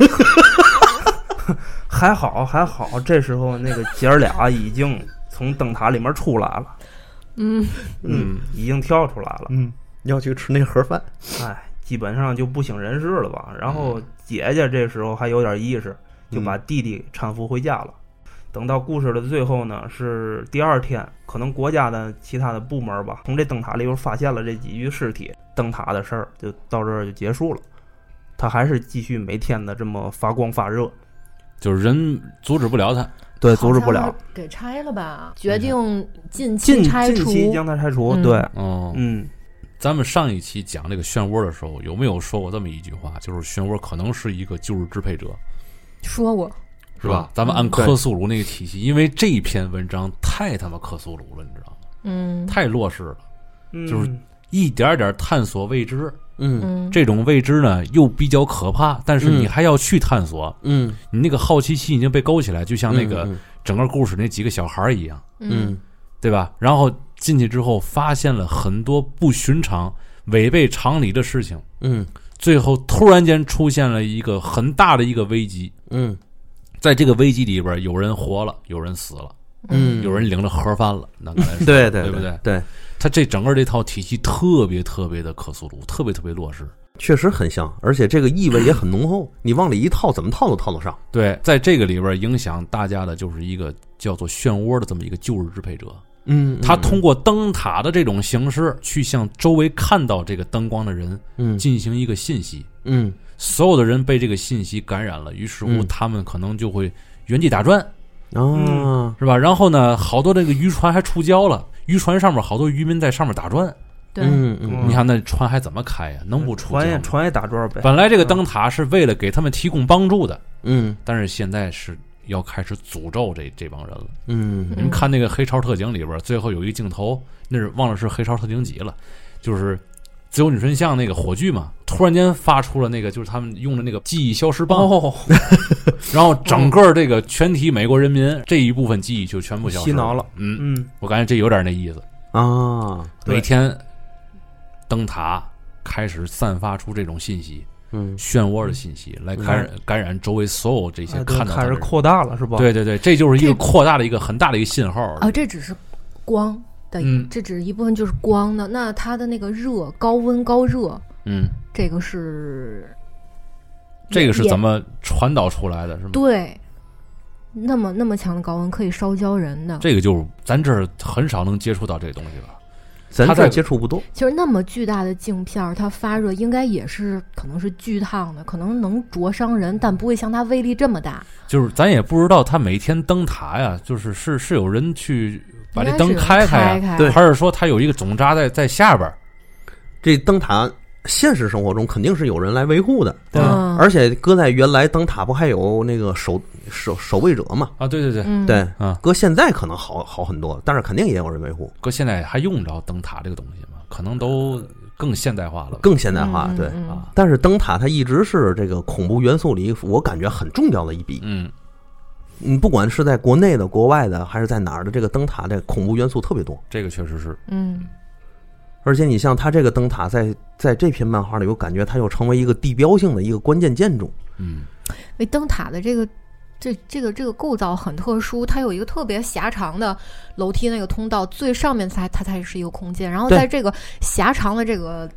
还好，这时候那个姐儿俩已经从灯塔里面出来了。已经跳出来了。 要去吃那盒饭。 哎，基本上就不省人事了吧。然后姐姐这时候还有点意识，就把弟弟搀扶回家了。等到故事的最后呢，是第二天，可能国家的其他的部门吧，从这灯塔里又发现了这几具尸体，灯塔的事儿就到这儿就结束了。他还是继续每天的这么发光发热， 就是人阻止不了他。 对，阻止不了， 给拆了吧？决定近期拆除， 近期将它拆除。对， 咱们上一期讲这个漩涡的时候，有没有说过这么一句话？就是漩涡可能是一个旧日支配者。 说过。 是吧？咱们按克苏鲁那个体系，因为这篇文章太他妈克苏鲁了，你知道吗？太落实了，就是一点点探索未知。这种未知呢又比较可怕，但是你还要去探索。你那个好奇心已经被勾起来，就像那个整个故事那几个小孩一样。对吧？然后进去之后，发现了很多不寻常、违背常理的事情。最后突然间出现了一个很大的一个危机。在这个危机里边，有人活了，有人死了，有人领着盒饭了，那对不对？ 对， 他这整个这套体系特别特别的克苏鲁，特别特别落实， 确实很像，而且这个意味也很浓厚。你往里一套，怎么套都套得上。 对，在这个里边影响大家的就是一个叫做漩涡的这么一个旧日支配者。他通过灯塔的这种形式，去向周围看到这个灯光的人，进行一个信息。所有的人被这个信息感染了，于是乎他们可能就会原地打转，是吧？然后呢，好多这个渔船还触礁了，渔船上面好多渔民在上面打转。 对， 你看那船还怎么开呀？能不触礁？ 船也打转呗。 本来这个灯塔是为了给他们提供帮助的，但是现在是要开始诅咒这帮人了。你们看那个《黑潮特警》里边，最后有一个镜头，那是忘了是《黑潮特警几》了，就是自由女神像那个火炬嘛，突然间发出了那个就是他们用的那个记忆消失棒，然后整个这个全体美国人民这一部分记忆就全部消失了， 洗脑了。 我感觉这有点那意思啊。 每天灯塔开始散发出这种信息，漩涡的信息来感染周围所有这些看到的人， 开始扩大了是吧？ 对，这就是一个扩大的一个很大的一个信号啊。这只是光。这只是一部分，就是光的。那它的那个热，高温高热，这个是怎么传导出来的？是吗？ 对，那么强的高温可以烧焦人的。 这个就是咱这儿很少能接触到这个东西吧？ 咱这接触不多。 其实那么巨大的镜片，它发热应该也是可能是巨烫的，可能能灼伤人，但不会像它威力这么大。 就是咱也不知道，它每天灯塔呀，是有人去把这灯开呀， 对， 还是说它有一个总闸在下边？ 这灯塔现实生活中肯定是有人来维护的， 对， 而且搁在原来灯塔不还有那个守卫者嘛？ 啊，对， 对，搁现在可能好很多，但是肯定也有人维护。 搁现在还用着灯塔这个东西吗？可能都更现代化了， 更现代化，对啊。但是灯塔它一直是这个恐怖元素里我感觉很重要的一笔。不管是在国内的、国外的，还是在哪儿的，这个灯塔这恐怖元素特别多。 这个确实是， 而且你像它这个灯塔在这篇漫画里，我感觉它又成为一个地标性的一个关键建筑。 因为灯塔的这个构造很特殊，它有一个特别狭长的楼梯那个通道，最上面它才是一个空间，然后在这个狭长的这个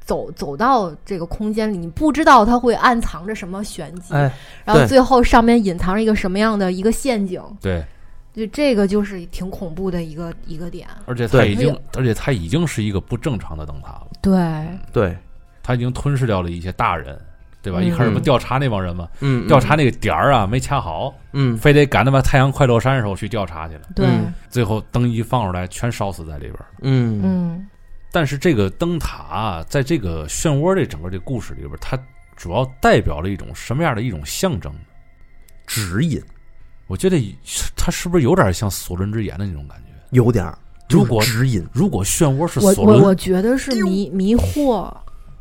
走到这个空间里，你不知道它会暗藏着什么玄机，然后最后上面隐藏着一个什么样的一个陷阱。 对， 就这个就是挺恐怖的一个点。 而且它已经是一个不正常的灯塔了。 对， 它已经吞噬掉了一些大人。对吧？一开始不调查那帮人嘛，调查那个点儿啊没掐好，非得赶他妈太阳快落山的时候去调查去了， 对， 最后灯一放出来，全烧死在里边，但是这个灯塔啊，在这个漩涡这整个这故事里边，它主要代表了一种什么样的一种象征？ 指引。 我觉得它是不是有点像索伦之眼的那种感觉？ 有点。 如果指引， 如果漩涡是索伦， 我觉得是迷惑，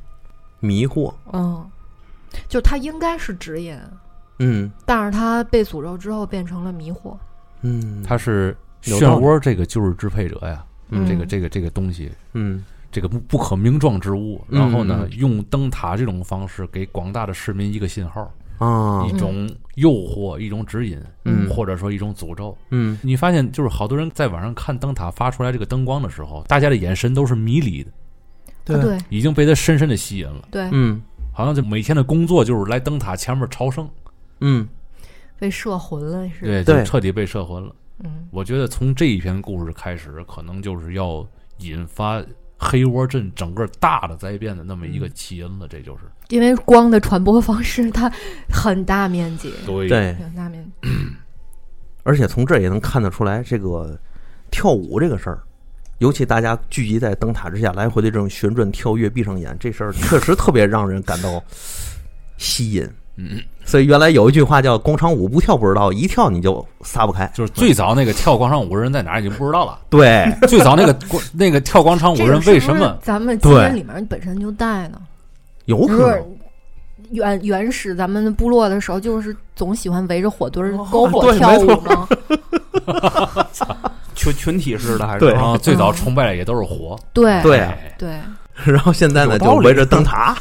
就它应该是指引，但是它被诅咒之后变成了迷惑， 它是漩涡这个救世支配者呀，这个东西，这个不可名状之物，然后呢，用灯塔这种方式给广大的市民一个信号啊，一种诱惑，一种指引，或者说一种诅咒，你发现就是好多人在晚上看灯塔发出来这个灯光的时候，大家的眼神都是迷离的， 对， 已经被它深深的吸引了， 对， 好像就每天的工作就是来灯塔前面朝圣， 被摄魂了是， 对，就彻底被摄魂了。我觉得从这一篇故事开始，可能就是要引发黑窝镇整个大的灾变的那么一个起因了。这就是因为光的传播方式，它很大面积， 对， 很大面积。 而且从这也能看得出来，这个跳舞这个事儿。尤其大家聚集在灯塔之下来回的这种旋转跳跃闭上眼，这事儿确实特别让人感到吸引。所以原来有一句话叫广场舞不跳不知道，一跳你就撒不开。 就是最早那个跳广场舞的人在哪儿已经不知道了。 对， 最早那个跳广场舞的人为什么咱们基因里面本身就带呢？ 有可能。 原始咱们部落的时候，就是总喜欢围着火堆篝火跳舞吗？ 群体式的还是对啊？最早崇拜的也都是火， 对。 然后现在呢，就围着灯塔。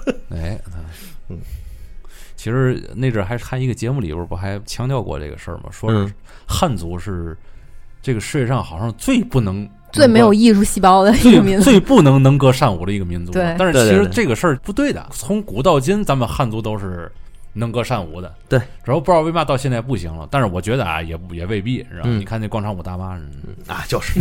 其实那阵还看一个节目里边不还强调过这个事儿吗？说是汉族是这个世界上好像最没有艺术细胞的一个民族， 最不能歌善舞的一个民族。 对， 但是其实这个事儿不对的。从古到今，咱们汉族都是能歌善舞的。 对， 只要不知道为嘛到现在不行了。但是我觉得啊，也未必。然后你看那广场舞大妈就是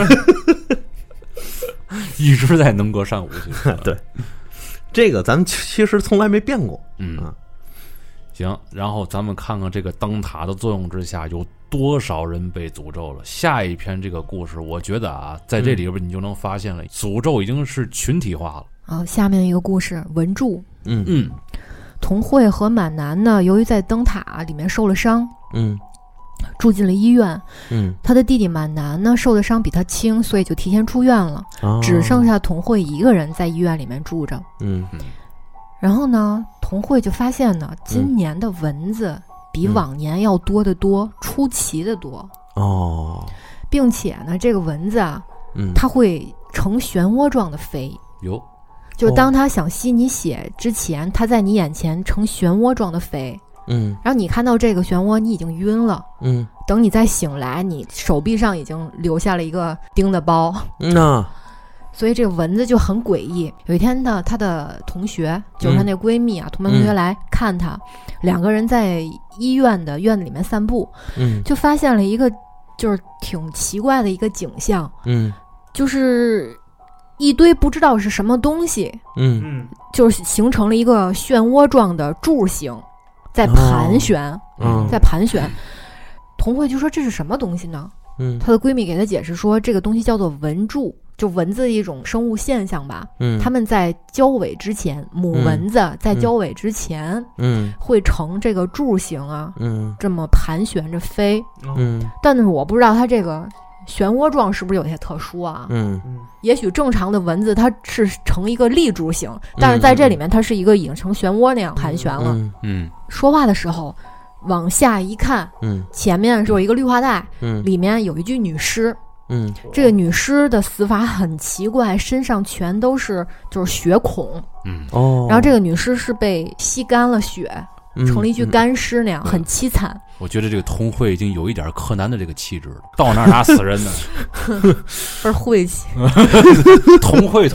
一直在能歌善舞去。 对，这个咱们其实从来没变过。 行，然后咱们看看这个灯塔的作用之下有多少人被诅咒了。下一篇这个故事，我觉得啊，在这里边你就能发现了，诅咒已经是群体化了。 好，下面一个故事，文柱。童慧和满南呢，由于在灯塔里面受了伤，住进了医院。他的弟弟满南呢，受的伤比他轻，所以就提前出院了。只剩下童慧一个人在医院里面住着。然后呢，童慧就发现呢，今年的蚊子比往年要多得多，出奇的多并且呢，这个蚊子啊，它会呈漩涡状的飞。就当它想吸你血之前，它在你眼前呈漩涡状的飞。然后你看到这个漩涡，你已经晕了。等你再醒来，你手臂上已经留下了一个钉的包。所以这个蚊子就很诡异。有一天呢，她的同学，就是她那闺蜜啊，同班同学来看她，两个人在医院的院子里面散步，就发现了一个就是挺奇怪的一个景象，就是一堆不知道是什么东西，就是形成了一个漩涡状的柱形，在盘旋，在盘旋。童慧就说这是什么东西呢？她的闺蜜给她解释说，这个东西叫做蚊柱。就蚊子的一种生物现象吧，它们在交尾之前，母蚊子在交尾之前，会呈这个柱形啊，这么盘旋着飞，但是我不知道它这个漩涡状是不是有些特殊啊？也许正常的蚊子它是呈一个立柱形，但是在这里面它是一个已经成漩涡那样盘旋了。说话的时候往下一看，前面是有一个绿化带，里面有一具女尸。这个女尸的死法很奇怪，身上全都是就是血孔。然后这个女尸是被吸干了血， 成了一具干尸那样，很凄惨。 我觉得这个童慧已经有一点柯南的这个气质了，到哪儿哪死人呢？ 倍儿晦气， 童慧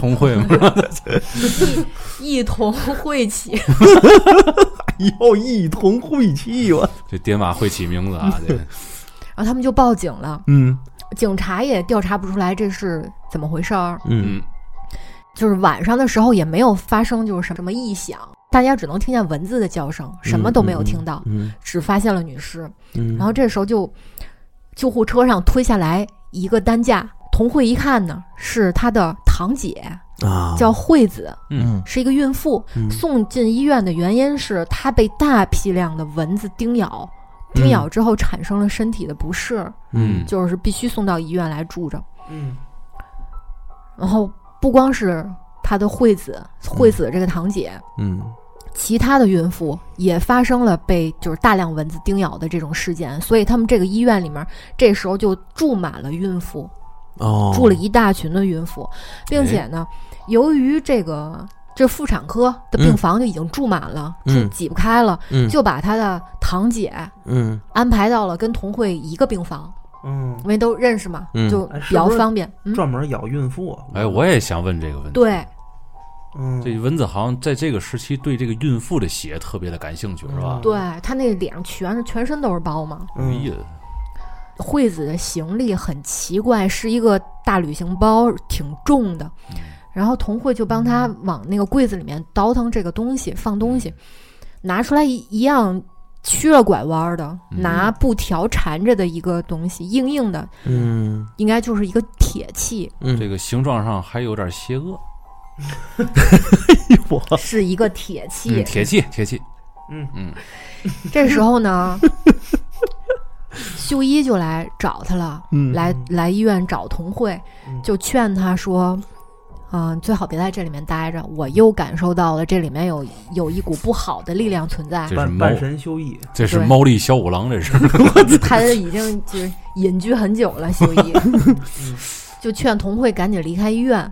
一同晦气， 要一同晦气吧？ 这爹妈会起名字啊！这然后他们就报警了，警察也调查不出来这是怎么回事儿，就是晚上的时候也没有发生就是什么异响，大家只能听见蚊子的叫声，什么都没有听到，只发现了女尸。然后这时候就救护车上推下来一个担架，童慧一看呢是她的堂姐叫惠子，是一个孕妇，送进医院的原因是她被大批量的蚊子叮咬之后产生了身体的不适，就是必须送到医院来住着。然后不光是她的惠子这个堂姐，其他的孕妇也发生了被就是大量蚊子叮咬的这种事件，所以他们这个医院里面这时候就住满了孕妇，住了一大群的孕妇，并且呢，由于这妇产科的病房就已经住满了，挤不开了，就把他的堂姐安排到了跟童慧一个病房，因为都认识嘛，就比较方便。 专门咬孕妇啊？ 我也想问这个问题。 对。 这蚊子好像在这个时期对这个孕妇的血特别的感兴趣，是吧？ 对，他那个脸上全身都是包嘛。惠子的行李很奇怪，是一个大旅行包，挺重的。然后童慧就帮他往那个柜子里面倒腾这个东西，放东西，拿出来一样曲了拐弯的，拿布条缠着的一个东西，硬硬的，应该就是一个铁器。 这个形状上还有点邪恶。 是一个铁器， 铁器。 这时候呢，秀一就来找他了，来医院找童慧，就劝他说，最好别在这里面待着，我又感受到了这里面有一股不好的力量存在。 这是半神秀一， 这是猫力小五郎，这是他已经就是隐居很久了，秀一就劝童慧赶紧离开医院。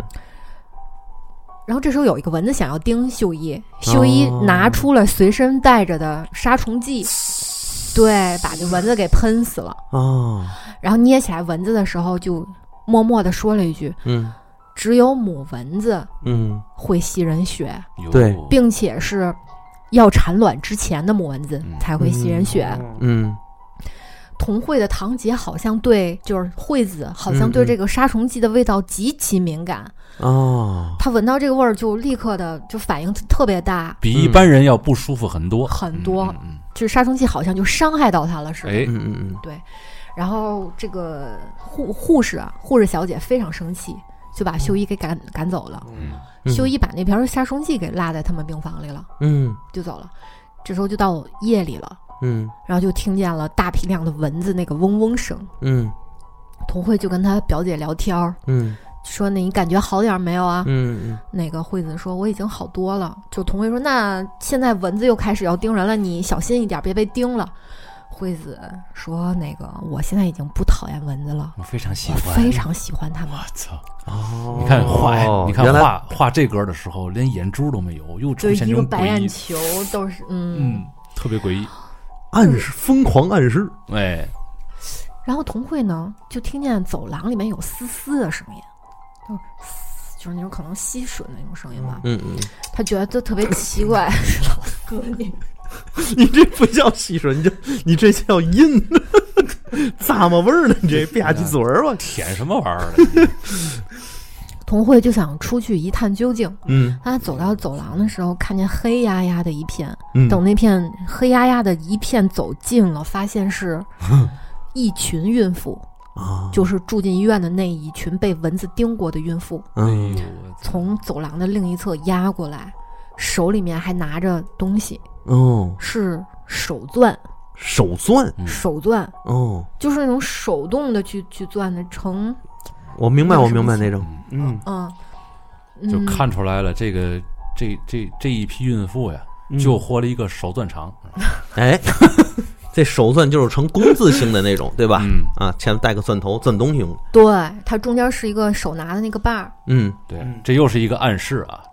然后这时候有一个蚊子想要叮秀一，秀一拿出了随身带着的杀虫剂，对，把这蚊子给喷死了。然后捏起来蚊子的时候，就默默地说了一句：“只有母蚊子，会吸人血， 对， 并且是要产卵之前的母蚊子才会吸人血。”童慧的堂姐好像就是惠子，好像对这个杀虫剂的味道极其敏感。她闻到这个味儿就立刻的就反应特别大， 比一般人要不舒服很多很多。就是杀虫剂好像就伤害到她了似的。对。然后这个护士小姐非常生气，就把秀一给赶走了。秀一把那瓶杀虫剂给落在他们病房里了。就走了。这时候就到夜里了。然后就听见了大批量的蚊子那个嗡嗡声。童慧就跟他表姐聊天，说你感觉好点没有啊？那个惠子说我已经好多了。就童慧说那现在蚊子又开始要叮人了，你小心一点，别被叮了。惠子说那个我现在已经不讨厌蚊子了， 我非常喜欢他们。我操！你看画这格的时候连眼珠都没有，又出现这种一个白眼球都是特别诡异。 疯狂暗示。 然后童慧呢就听见走廊里面有嘶嘶的声音，就是那种可能吸吮的那种声音吧。他觉得特别奇怪。老哥你这不叫吸吮，你这叫阴咂么味儿呢？你这吧唧嘴儿吧， 舔什么玩意儿？ 童慧就想出去一探究竟。他走到走廊的时候，看见黑压压的一片。等那片黑压压的一片走近了，发现是一群孕妇，就是住进医院的那一群被蚊子叮过的孕妇。从走廊的另一侧压过来，手里面还拿着东西。是手钻。就是那种手动的去钻的成。 我明白那种。 就看出来了，这一批孕妇呀，就活了一个手钻厂。 这手钻就是成工字形的那种，对吧？前面带个钻头，钻东西用。 对，它中间是一个手拿的那个把儿。 对，这又是一个暗示啊。对，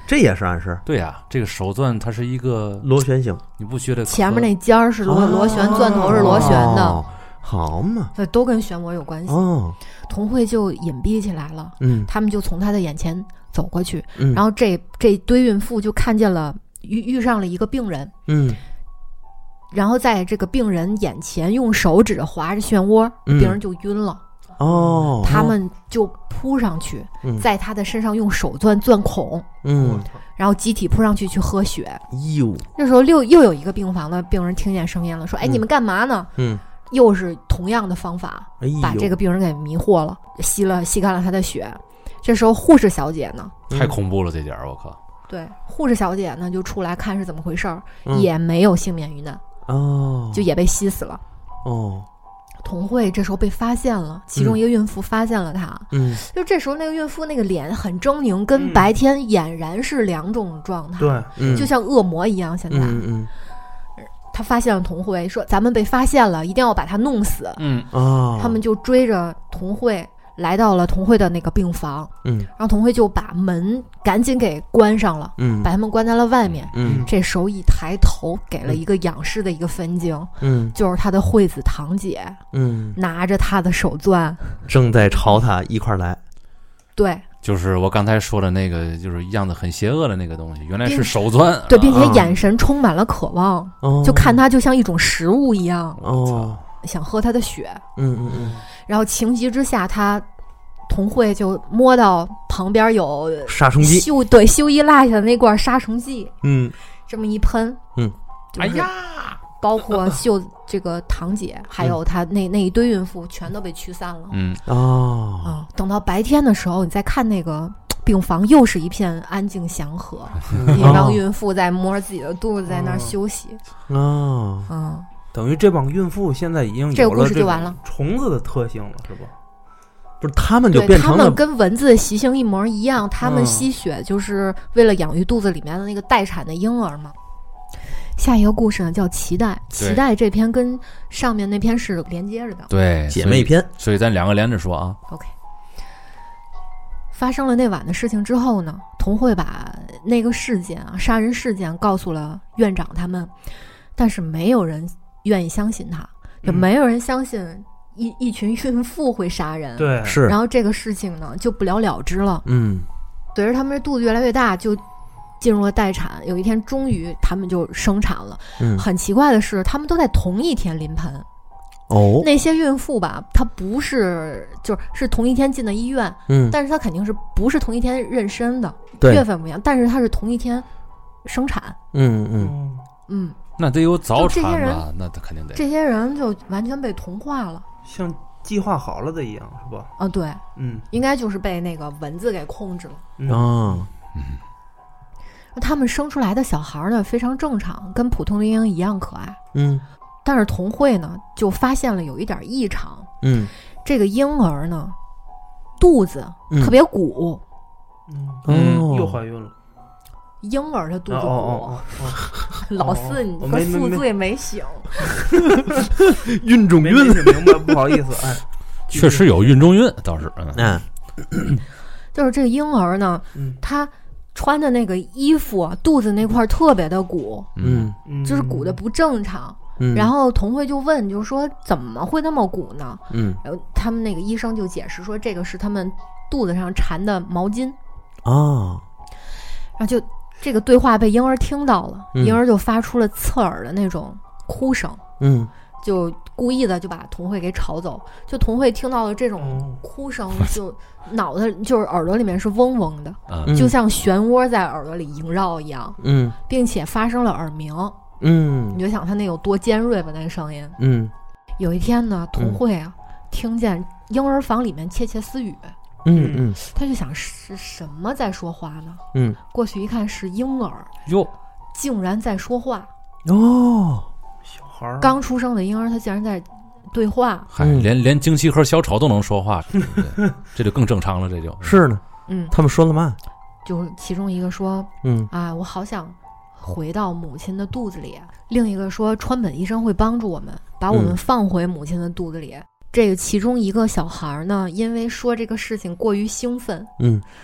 这也是暗示。 对呀，这个手钻它是一个螺旋形， 你不觉得前面那尖儿是螺旋，钻头是螺旋的， 好嘛， 对，都跟漩涡有关系。童慧就隐蔽起来了，他们就从他的眼前走过去，然后这堆孕妇就看见了遇上了一个病人，然后在这个病人眼前用手指着划着漩涡，病人就晕了。他们就扑上去，在他的身上用手钻孔，然后集体扑上去喝血。这时候又有一个病房的病人听见声音了，说：“哎，你们干嘛呢？”又是同样的方法，把这个病人给迷惑了，吸干了他的血。这时候护士小姐呢， 太恐怖了，这点我靠！ 对，护士小姐呢就出来看是怎么回事，也没有幸免于难，就也被吸死了。童慧这时候被发现了，其中一个孕妇发现了她，就这时候那个孕妇那个脸很狰狞，跟白天俨然是两种状态， 对， 就像恶魔一样。现在，他发现了童慧，说咱们被发现了，一定要把她弄死。他们就追着童慧来到了童慧的那个病房，然后童慧就把门赶紧给关上了，把他们关在了外面。这时候一抬头，给了一个仰视的一个分镜，就是他的惠子堂姐，拿着他的手钻， 正在朝他一块来。 对， 就是我刚才说的那个，就是样子很邪恶的那个东西，原来是手钻。 对，并且眼神充满了渴望，就看他就像一种食物一样，想喝他的血。然后情急之下，童慧就摸到旁边有杀虫剂， 修一落下的那罐杀虫剂，这么一喷， 哎呀， 包括秀这个堂姐，还有她那一堆孕妇，全都被驱散了。等到白天的时候，你再看那个病房，又是一片安静祥和，一帮孕妇在摸自己的肚子，在那儿休息。 等于这帮孕妇现在已经这个故事就完了， 虫子的特性了，是吧？ 不是，他们就变成了， 他们跟蚊子的习性一模一样，他们吸血就是为了养育肚子里面的那个待产的婴儿嘛。下一个故事呢叫脐带，脐带这篇跟上面那篇是连接着的， 对， 姐妹篇， 所以咱两个连着说啊。 OK， 发生了那晚的事情之后呢，童慧把那个事件杀人事件告诉了院长他们，但是没有人愿意相信他，就没有人相信一群孕妇会杀人。 对， 是。 然后这个事情呢就不了了之了。随着他们这肚子越来越大，就进入了待产。有一天，终于他们就生产了。很奇怪的是，他们都在同一天临盆。那些孕妇吧，她不是就是同一天进的医院，但是她肯定是不是同一天妊娠的，月份不一样，但是她是同一天生产。 那得有早产吧？那他肯定得。 这些人就完全被同化了， 像计划好了的一样，是吧？ 对，应该就是被那个蚊子给控制了。他们生出来的小孩呢，非常正常，跟普通的婴儿一样可爱。但是童慧呢，就发现了有一点异常。这个婴儿呢，肚子特别鼓。 又怀孕了。 婴儿的肚子鼓。老四，你和宿醉没醒。 孕中孕， 明白，不好意思。 确实有孕中孕，倒是。 就是这个婴儿呢，他穿的那个衣服，肚子那块特别的鼓，就是鼓的不正常。然后童慧就问，就说怎么会那么鼓呢？然后他们那个医生就解释说，这个是他们肚子上缠的毛巾。然后就这个对话被婴儿听到了，婴儿就发出了刺耳的那种哭声。就故意的就把童慧给吵走。就童慧听到了这种哭声，就脑袋就是耳朵里面是嗡嗡的，就像漩涡在耳朵里萦绕一样。并且发生了耳鸣。你就想他那有多尖锐吧，那个声音。有一天呢，童慧听见婴儿房里面窃窃私语。他就想是什么在说话呢？过去一看是婴儿哟， 竟然在说话。 小孩刚出生的婴儿，他竟然在对话。 连惊奇和小丑都能说话，这就更正常了。这就是呢。他们说了嘛？ 就是其中一个说，我好想回到母亲的肚子里。另一个说，川本医生会帮助我们，把我们放回母亲的肚子里。这个其中一个小孩呢，因为说这个事情过于兴奋，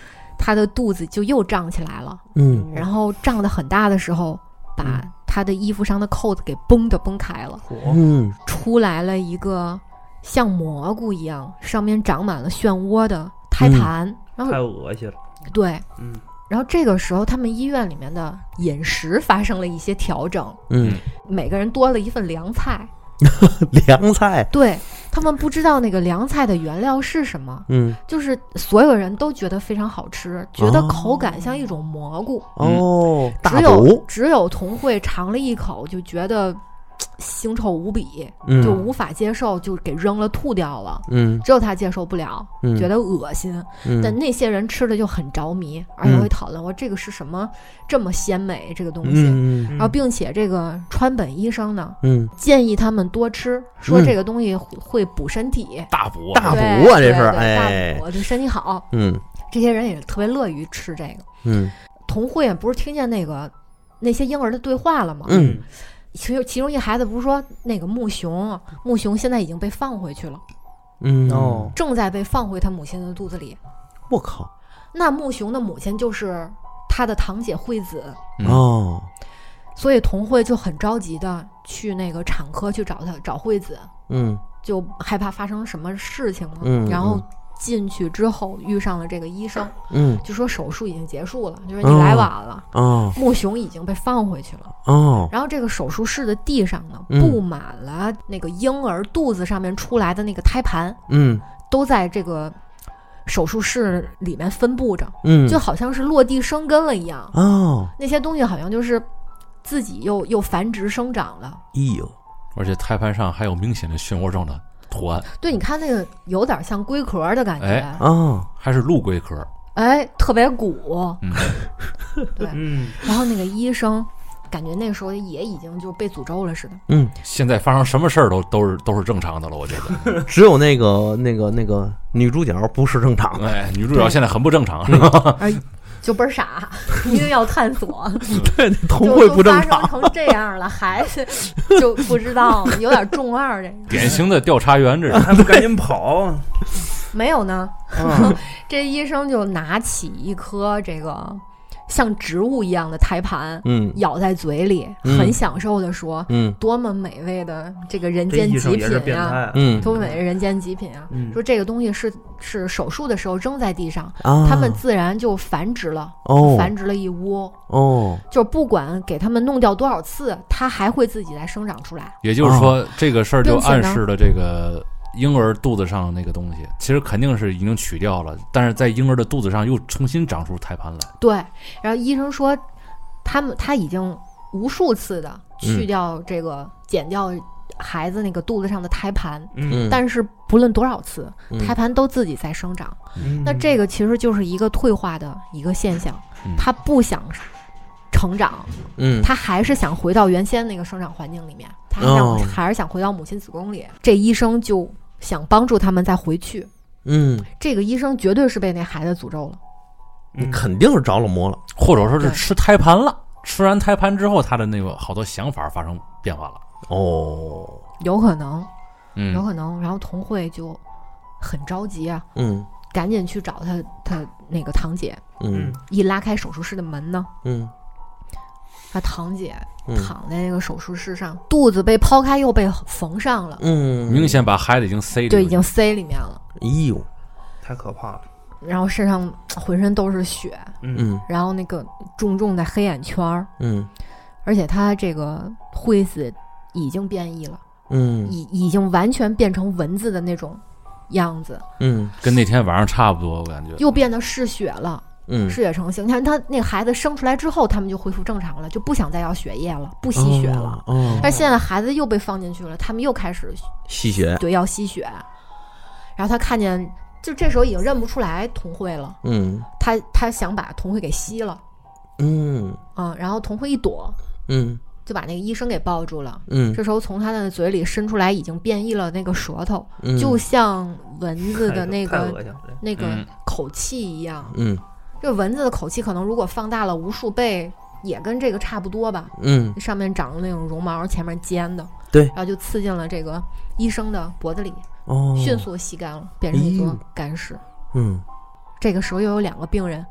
他的肚子就又胀起来了，然后胀得很大的时候，把他的衣服上的扣子给崩开了，出来了一个像蘑菇一样，上面长满了漩涡的胎盘，然后太恶心了。 对，然后这个时候他们医院里面的饮食发生了一些调整，每个人多了一份凉菜。 凉菜， 对，他们不知道那个凉菜的原料是什么，就是所有人都觉得非常好吃，觉得口感像一种蘑菇。只有童慧尝了一口就觉得腥臭无比，就无法接受，就给扔了吐掉了。只有他接受不了，觉得恶心。但那些人吃的就很着迷，而且会讨论我这个是什么这么鲜美这个东西。然后并且这个川本医生呢，建议他们多吃，说这个东西会补身体， 大补啊，这是大补，对身体好。这些人也特别乐于吃这个。童慧也不是听见那些婴儿的对话了吗？其中一孩子不是说那个木熊现在已经被放回去了，正在被放回他母亲的肚子里。 我靠！ 那木熊的母亲就是他的堂姐惠子。所以童慧就很着急的去那个产科去找惠子。就害怕发生什么事情嘛。然后进去之后遇上了这个医生，就说手术已经结束了，就说你来晚了，木熊已经被放回去了。然后这个手术室的地上呢，布满了那个婴儿肚子上面出来的那个胎盘，都在这个手术室里面分布着，就好像是落地生根了一样。那些东西好像就是自己又繁殖生长了。 而且胎盘上还有明显的漩涡状的图案。 对，你看那个有点像龟壳的感觉。 还是陆龟壳。 特别鼓。对，然后那个医生感觉那时候也已经就被诅咒了似的。 现在发生什么事儿都是正常的了，我觉得。 只有那个女主角不是正常的。 女主角现在很不正常，是吧？ 就倍儿傻，一定要探索。 对，童慧不正常， 发生成这样了，孩子就不知道，有点中二。这典型的调查员，这还不赶紧跑？ 没有呢。这医生就拿起一颗这个像植物一样的胎盘，咬在嘴里，很享受的说，多么美味的这个人间极品啊，多么美的人间极品啊！说这个东西是手术的时候扔在地上，他们自然就繁殖了，繁殖了一窝。就不管给他们弄掉多少次，它还会自己再生长出来。 也就是说，这个事儿就暗示了这个婴儿肚子上那个东西其实肯定是已经取掉了，但是在婴儿的肚子上又重新长出胎盘来。 对，然后医生说他已经无数次的去掉这个剪掉孩子那个肚子上的胎盘，但是不论多少次，胎盘都自己在生长。那这个其实就是一个退化的一个现象，他不想成长，他还是想回到原先那个生长环境里面，他还是想回到母亲子宫里。这医生就想帮助他们再回去。这个医生绝对是被那孩子诅咒了， 肯定是着了魔了， 或者说是吃胎盘了。吃完胎盘之后，他的那个好多想法发生变化了。 有可能，有可能。然后童慧就很着急啊，赶紧去找他那个堂姐。一拉开手术室的门呢，他堂姐躺在那个手术室上，肚子被抛开又被缝上了。 明显把孩子已经塞里面。 对，已经塞里面了。 太可怕了。 然后身上浑身都是血，然后那个重重的黑眼圈，而且他这个惠子已经变异了，已经完全变成蚊子的那种样子， 跟那天晚上差不多，我感觉又变得嗜血了，嗜血成性。你看他那个孩子生出来之后，他们就恢复正常了，就不想再要血液了，不吸血了。但现在孩子又被放进去了，他们又开始吸血， 对，要吸血。然后他看见。就这时候已经认不出来童慧了，他想把童慧给吸了，然后童慧一躲，就把那个医生给抱住了，这时候从他的嘴里伸出来已经变异了那个舌头，就像蚊子的那个口气一样，这蚊子的口气可能如果放大了无数倍，也跟这个差不多吧，上面长了那种绒毛，前面尖的， 对， 然后就刺进了这个医生的脖子里。迅速吸干了，变成一坨干尸。这个时候又有2个病人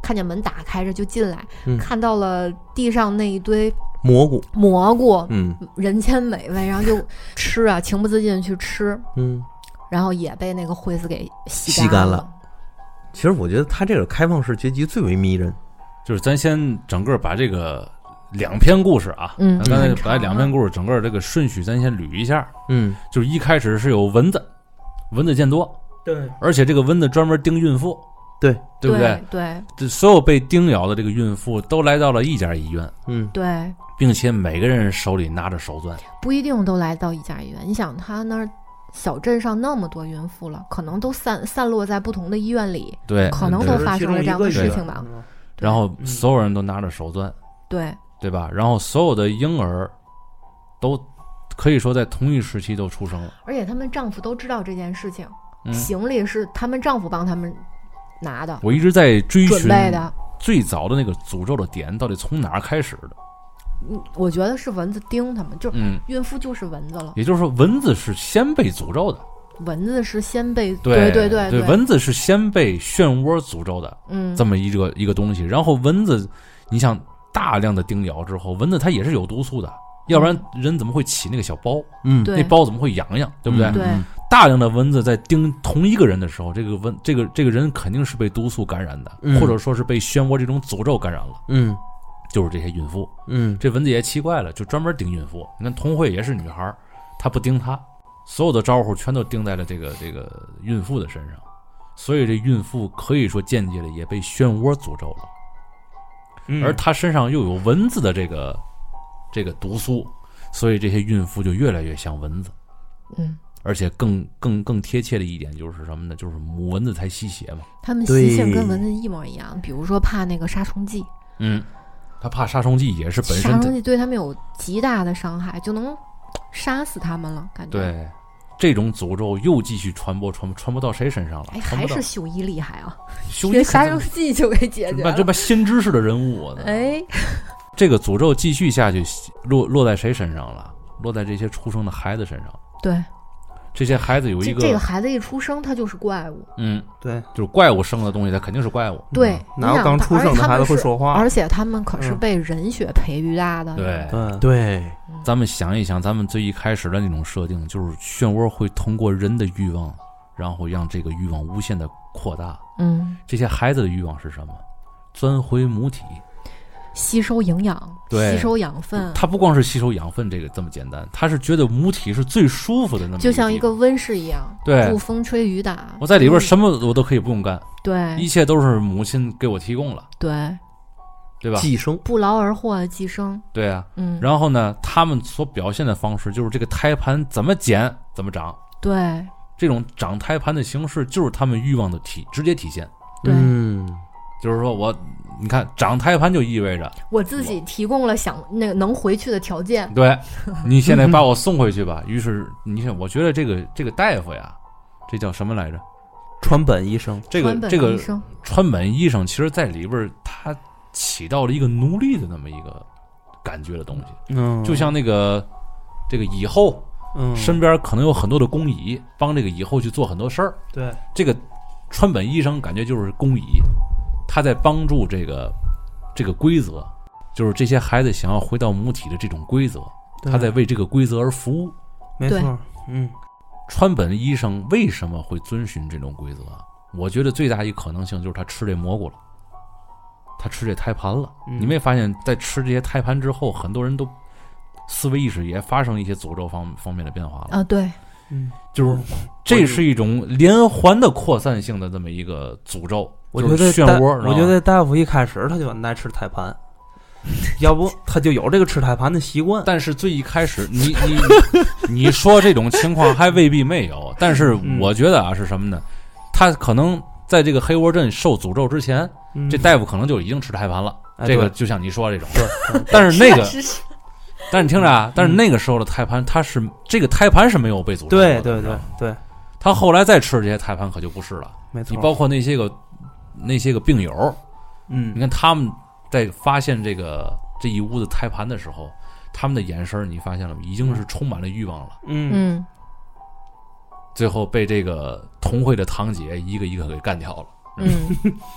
看见门打开着就进来，看到了地上那一堆蘑菇， 人间美味，然后就吃啊，情不自禁去吃，然后也被那个惠子给吸干了。 其实我觉得他这个开放式结局最为迷人， 就是咱先整个把这个2篇故事啊，刚才把2篇故事整个这个顺序咱先捋一下，就是一开始是有蚊子见多， 对， 而且这个蚊子专门叮孕妇， 对不对？ 对， 这所有被叮咬的这个孕妇都来到了一家医院， 对， 并且每个人手里拿着手钻， 不一定都来到一家医院。你想他那儿小镇上那么多孕妇了，可能都散落在不同的医院里， 对， 可能都发生了这样的事情吧。 然后所有人都拿着手钻，对吧？然后所有的婴儿都可以说在同一时期都出生了， 而且他们丈夫都知道这件事情，行李是他们丈夫帮他们拿的。 我一直在追寻准备的最早的那个诅咒的点到底从哪儿开始的。 我觉得是蚊子叮他们，就是孕妇就是蚊子了。 也就是说，蚊子是先被诅咒的。 蚊子是先被对， 蚊子是先被漩涡诅咒的，这么一个东西。然后蚊子，你想大量的叮咬之后，蚊子它也是有毒素的，要不然人怎么会起那个小包？那包怎么会痒痒？对不对？ 对， 大量的蚊子在叮同一个人的时候，这个人肯定是被毒素感染的，或者说是被漩涡这种诅咒感染了。就是这些孕妇，这蚊子也奇怪了，就专门叮孕妇。你看童慧也是女孩，她不叮她，所有的招呼全都叮在了这个孕妇的身上，所以这孕妇可以说间接的也被漩涡诅咒了。而她身上又有蚊子的这个毒素，所以这些孕妇就越来越像蚊子。而且更贴切的一点就是什么呢？就是母蚊子才吸血嘛， 他们习性跟蚊子一模一样，比如说怕那个杀虫剂。 他怕杀虫剂也是本身杀虫剂对他们有极大的伤害，就能杀死他们了，感觉。 对，这种诅咒又继续传播到谁身上了？ 还是秀一厉害啊！ 秀一杀虫剂就给解决了， 这把先知式的人物呢？这个诅咒继续下去，落在谁身上了？落在这些出生的孩子身上。 对。 这些孩子有一个， 这个孩子一出生他就是怪物。 对，就是怪物生的东西，他肯定是怪物。 对， 哪有刚出生的孩子会说话？ 而且他们可是被人血培育大的。 对，咱们想一想，咱们最一开始的那种设定，就是漩涡会通过人的欲望，然后让这个欲望无限的扩大。这些孩子的欲望是什么？钻回母体。 吸收营养，吸收养分。 他不光是吸收养分这么简单，他是觉得母体是最舒服的那么， 就像一个温室一样， 对， 不风吹雨打。 我在里边什么我都可以不用干， 对， 一切都是母亲给我提供了，对吧？ 寄生， 不劳而获的寄生。 对啊，然后呢，他们所表现的方式就是这个胎盘怎么剪怎么长， 对， 这种长胎盘的形式就是他们欲望的直接体现。 对， 就是说你看长胎盘就意味着我自己提供了那个能回去的条件。 对，你现在把我送回去吧。于是你看，我觉得这个大夫呀，这叫什么来着？ 川本医生。 这个川本医生，其实在里边他起到了一个奴隶的那么一个感觉的东西。就像这个蚁后，身边可能有很多的工蚁帮这个蚁后去做很多事儿。 对， 这个川本医生感觉就是工蚁。他在帮助这个规则，就是这些孩子想要回到母体的这种规则，他在为这个规则而服务。 没错， 川本医生为什么会遵循这种规则？我觉得最大一可能性就是他吃这蘑菇了，他吃这胎盘了。你没发现，在吃这些胎盘之后，很多人都思维意识也发生一些诅咒方面的变化了啊？对， 就是这是一种连环的扩散性的这么一个诅咒。 我觉得大夫一开始他就爱吃胎盘，要不他就有这个吃胎盘的习惯。 但是最一开始，你说这种情况还未必没有，但是我觉得啊是什么呢？他可能在这个黑窝镇受诅咒之前，这大夫可能就已经吃胎盘了。这个就像你说这种，但是那个。但是你听着啊，但是那个时候的胎盘，这个胎盘是没有被诅咒的。 对， 他后来再吃这些胎盘可就不是了。 没错， 你包括那些个病友，你看他们在发现这一屋子胎盘的时候，他们的眼神你发现了吗？已经是充满了欲望了。最后被这个同会的堂姐一个一个给干掉了。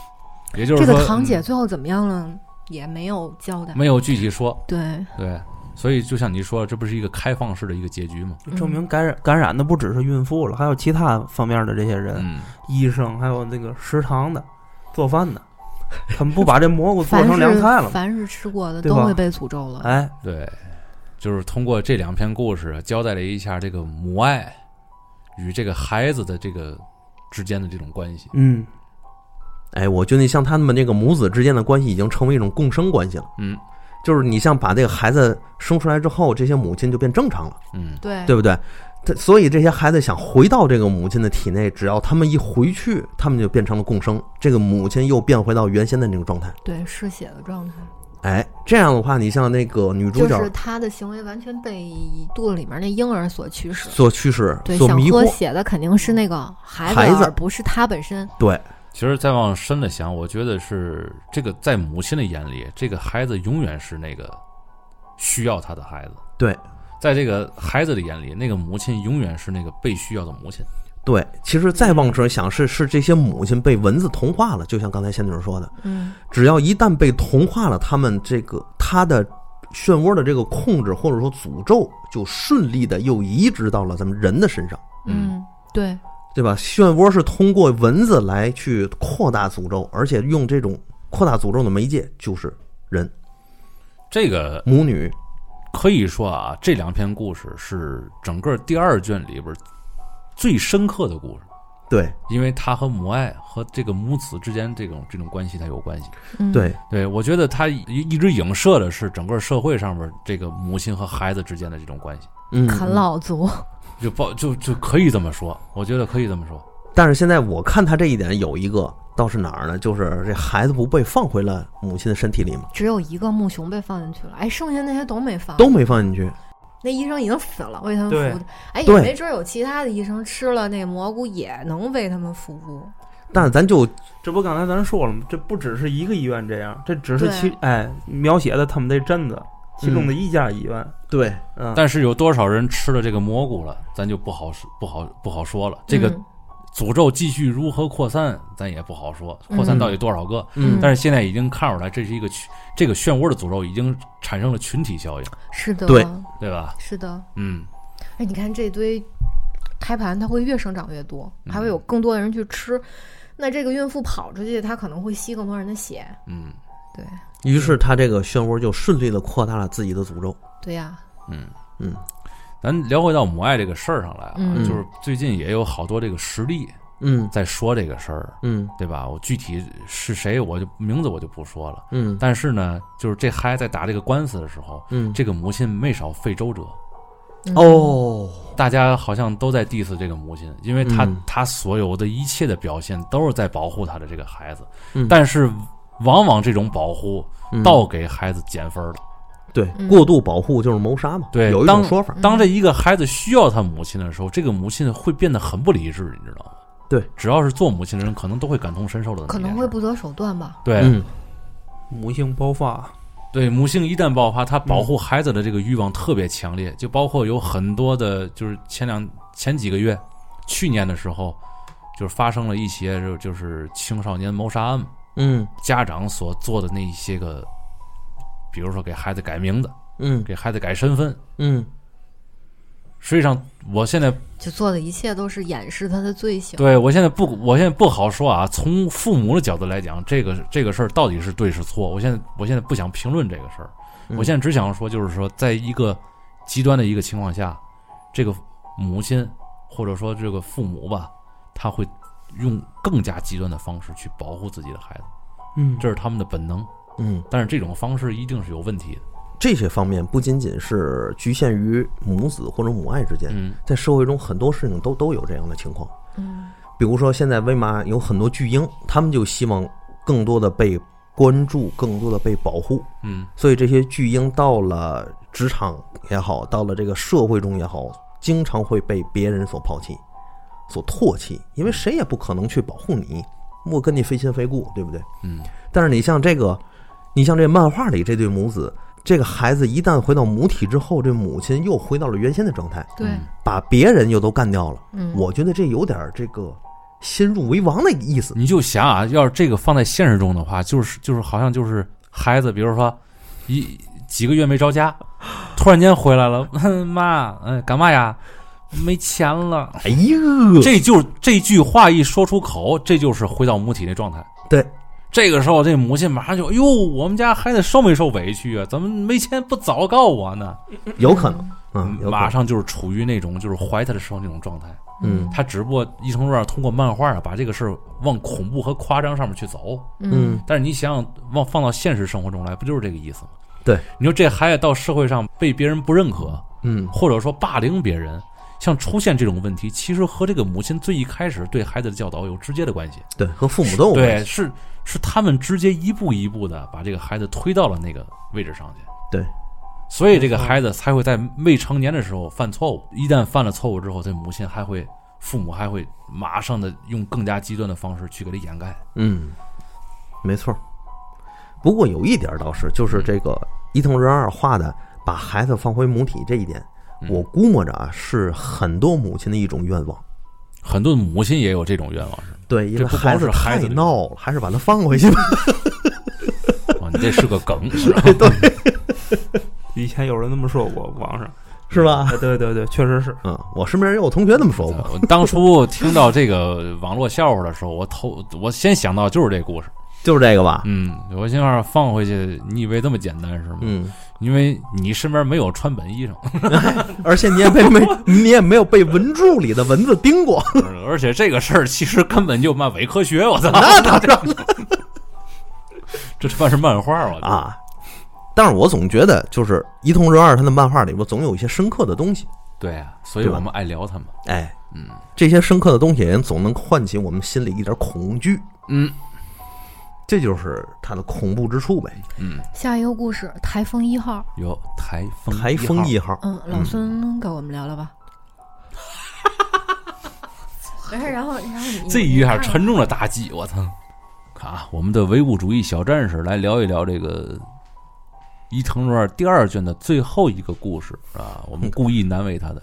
也就是说这个堂姐最后怎么样了也没有交代， 没有具体说。 对， 所以就像你说，这不是一个开放式的一个结局吗？ 就证明感染的不只是孕妇了，还有其他方面的这些人，医生，还有那个食堂的、做饭的，他们不把这蘑菇做成凉菜了吗？ 凡是吃过的都会被诅咒了。 哎， 对，就是通过这2篇故事交代了一下这个母爱与这个孩子的这个之间的这种关系。 我觉得你像他们这个母子之间的关系已经成为一种共生关系了。就是你像把这个孩子生出来之后，这些母亲就变正常了。 对不对？所以这些孩子想回到这个母亲的体内，只要他们一回去，他们就变成了共生，这个母亲又变回到原先的那种状态， 对，失血的状态。 这样的话，你像那个女主角， 就是她的行为完全被肚子里面那婴儿所驱使，对， 所迷惑。 想喝血的肯定是那个孩子，而不是他本身。 对， 其实再往深了想，我觉得是这个在母亲的眼里，这个孩子永远是那个需要他的孩子。 对， 在这个孩子的眼里，那个母亲永远是那个被需要的母亲。 对，其实再往这想，是这些母亲被蚊子同化了，就像刚才仙女说的，只要一旦被同化了，他的漩涡的这个控制或者说诅咒，就顺利的又移植到了咱们人的身上。对吧？漩涡是通过蚊子来去扩大诅咒，而且用这种扩大诅咒的媒介就是人。 这个母女可以说啊，这2篇故事是整个第2卷里边最深刻的故事。 对， 因为它和母爱和这个母子之间这种关系它有关系。对，我觉得它一直影射的是整个社会上面这个母亲和孩子之间的这种关系。 啃老族就可以这么说，我觉得可以这么说。 但是现在我看他这一点有一个倒是哪儿呢？就是这孩子不被放回了母亲的身体里吗？ 只有一个木熊被放进去了，剩下那些都没放进去。那医生已经死了，为他们服务。也没准有其他的医生吃了那蘑菇也能为他们服务。 但是这不刚才咱说了吗？这不只是一个医院这样，这只是描写的他们这镇子其中的一家医院。 对， 但是有多少人吃了这个蘑菇了，咱就不好说了。这个诅咒继续如何扩散，咱也不好说。扩散到底多少个？但是现在已经看出来，这是一个这个漩涡的诅咒已经产生了群体效应。 是的， 对吧？ 是的，你看这堆胎盘，它会越生长越多，还会有更多的人去吃。那这个孕妇跑出去，她可能会吸更多人的血。对。 于是他这个漩涡就顺利的扩大了自己的诅咒。 对呀， 咱聊回到母爱这个事儿上来啊，就是最近也有好多这个实例，在说这个事儿，对吧？我具体是谁，名字我就不说了，但是呢，就是这孩子在打这个官司的时候，这个母亲没少费周折。大家好像都在 diss 这个母亲，因为她所有的一切的表现都是在保护她的这个孩子，但是往往这种保护倒给孩子减分了。 对，过度保护就是谋杀嘛。 对， 有一种说法。 当这一个孩子需要他母亲的时候，这个母亲会变得很不理智，你知道吗？ 对， 只要是做母亲的人，可能都会感同身受的。 可能会不择手段吧。 对， 母性爆发。 对，母性一旦爆发，他保护孩子的这个欲望特别强烈，就包括有很多的，就是前几个月，去年的时候，就是发生了一些就是青少年谋杀案。家长所做的那一些个，比如说给孩子改名字，给孩子改身份，实际上我现在就做的一切都是掩饰他的罪行。 对，我现在不好说啊。从父母的角度来讲，这个事儿到底是对是错，我现在不想评论这个事儿。我现在只想说，就是说，在一个极端的一个情况下，这个母亲或者说这个父母吧，他会用更加极端的方式去保护自己的孩子，这是他们的本能，但是这种方式一定是有问题的。 这些方面不仅仅是局限于母子或者母爱之间，在社会中很多事情都有这样的情况。比如说现在为嘛有很多巨婴，他们就希望更多的被关注，更多的被保护。所以这些巨婴到了职场也好，到了这个社会中也好，经常会被别人所抛弃，所唾弃，因为谁也不可能去保护你，莫跟你非亲非故，对不对？但是你像这漫画里这对母子，这个孩子一旦回到母体之后，这母亲又回到了原先的状态， 对， 把别人又都干掉了。我觉得这有点这个先入为王的意思。 你就想啊，要是这个放在现实中的话，就是好像就是孩子，比如说几个月没着家，突然间回来了，妈，干嘛呀？没钱了。 哎呦， 这句话一说出口，这就是回到母体那状态。 对， 这个时候这母亲马上就，哟，我们家孩子受没受委屈啊？怎么没钱不早告我呢？ 有可能，有可能马上就是处于那种就是怀他的时候那种状态。他只不过伊藤润二通过漫画把这个事儿往恐怖和夸张上面去走。但是你想想放到现实生活中来，不就是这个意思吗？ 对， 你说这孩子到社会上被别人不认可，或者说霸凌别人，像出现这种问题，其实和这个母亲最一开始对孩子的教导有直接的关系。 对，和父母都有关系。对，是他们直接一步一步的把这个孩子推到了那个位置上去。 对， 所以这个孩子才会在未成年的时候犯错误。一旦犯了错误之后，这父母还会马上的用更加极端的方式去给他掩盖。 没错。不过有一点倒是，就是这个伊藤润二画的把孩子放回母体这一点，我估摸着啊，是很多母亲的一种愿望。 很多母亲也有这种愿望，是吗？ 对，因为孩子太闹了，还是把他放回去吧。 你这是个梗， 是吧？对， 以前有人那么说过，网上是吧？ 对对对，确实是。 我身边也有同学这么说过。 我当初听到这个网络笑话的时候，我先想到就是这故事。 就是这个吧， 我心话放回去，你以为这么简单是吗？因为你身边没有川本医生， 而且你也没有被文著里的文字盯过， 而且这个事儿其实根本就伪科学，我操！ 那当然了， 这算是漫画啊。但是我总觉得，就是伊藤润二他的漫画里边总有一些深刻的东西。 对啊，所以我们爱聊他们。 这些深刻的东西也总能唤起我们心里一点恐惧。这就是它的恐怖之处呗。 下一个故事，台风1号。 有台风1号。 老孙跟我们聊聊吧。没事，然后你这一下沉重的打击，我操！看啊，我们的唯物主义小战士来聊一聊这个伊藤润二第2卷的最后一个故事啊，我们故意难为他的。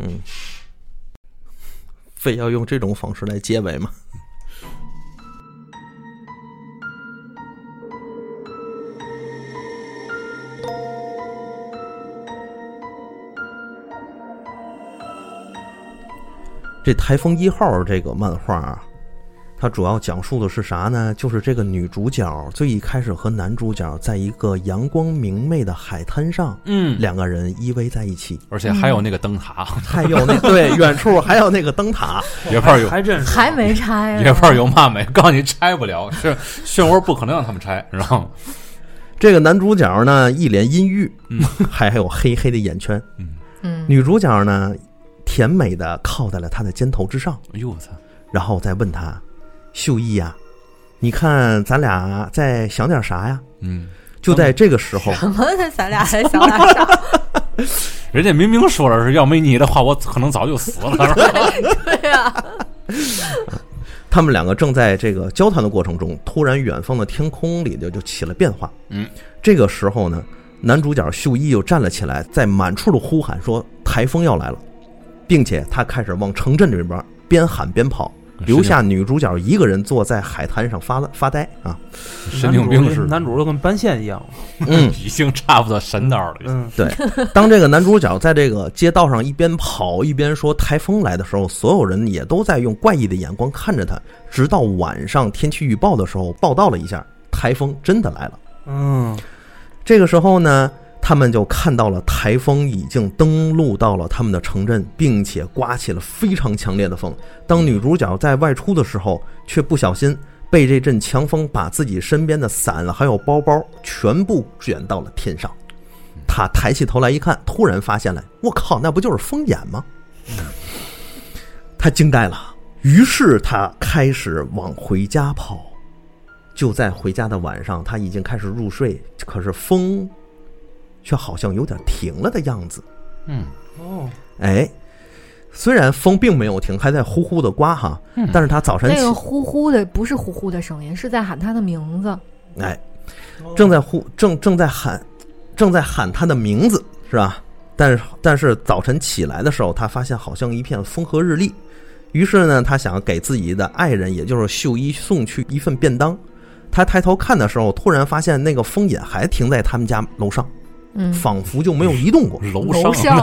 非要用这种方式来结尾吗？这台风1号这个漫画啊，它主要讲述的是啥呢？就是这个女主角最一开始和男主角在一个阳光明媚的海滩上，两个人依偎在一起， 而且还有那个灯塔， 还有那对远处还有那个灯塔， 月炮有还真是还没拆， 月炮有嘛没？告诉你拆不了，是漩涡不可能让他们拆，知道吗？ 这个男主角呢一脸阴郁，还有黑黑的眼圈，女主角呢甜美的靠在了他的肩头之上， 哎呦我操！ 然后再问他，秀一呀，你看咱俩在想点啥呀？就在这个时候， 什么？咱俩在想点啥？ 人家明明说了是要没你的话，我可能早就死了。 对呀。 他们两个正在这个交谈的过程中，突然远方的天空里就起了变化。这个时候呢，男主角秀一又站了起来，在满处的呼喊说台风要来了，并且他开始往城镇这边边喊边跑，留下女主角一个人坐在海滩上发呆啊。 神经病似的， 男主就跟搬线一样， 已经差不多神道了。 对。当这个男主角在这个街道上一边跑一边说台风来的时候，所有人也都在用怪异的眼光看着他，直到晚上天气预报的时候报道了一下，台风真的来了。这个时候呢，他们就看到了台风已经登陆到了他们的城镇，并且刮起了非常强烈的风。当女主角在外出的时候，却不小心被这阵强风把自己身边的伞还有包包全部卷到了天上。她抬起头来一看，突然发现了，我靠，那不就是风眼吗？她惊呆了，于是她开始往回家跑。就在回家的晚上，她已经开始入睡，可是风却好像有点停了的样子。虽然风并没有停，还在呼呼的刮哈，但是他早晨那个呼呼的不是呼呼的声音，是在喊他的名字。 正在喊他的名字，是吧？但是早晨起来的时候，他发现好像一片风和日丽， 于是呢，他想给自己的爱人，也就是秀一送去一份便当。他抬头看的时候，突然发现那个风眼还停在他们家楼上，仿佛就没有移动过。 楼上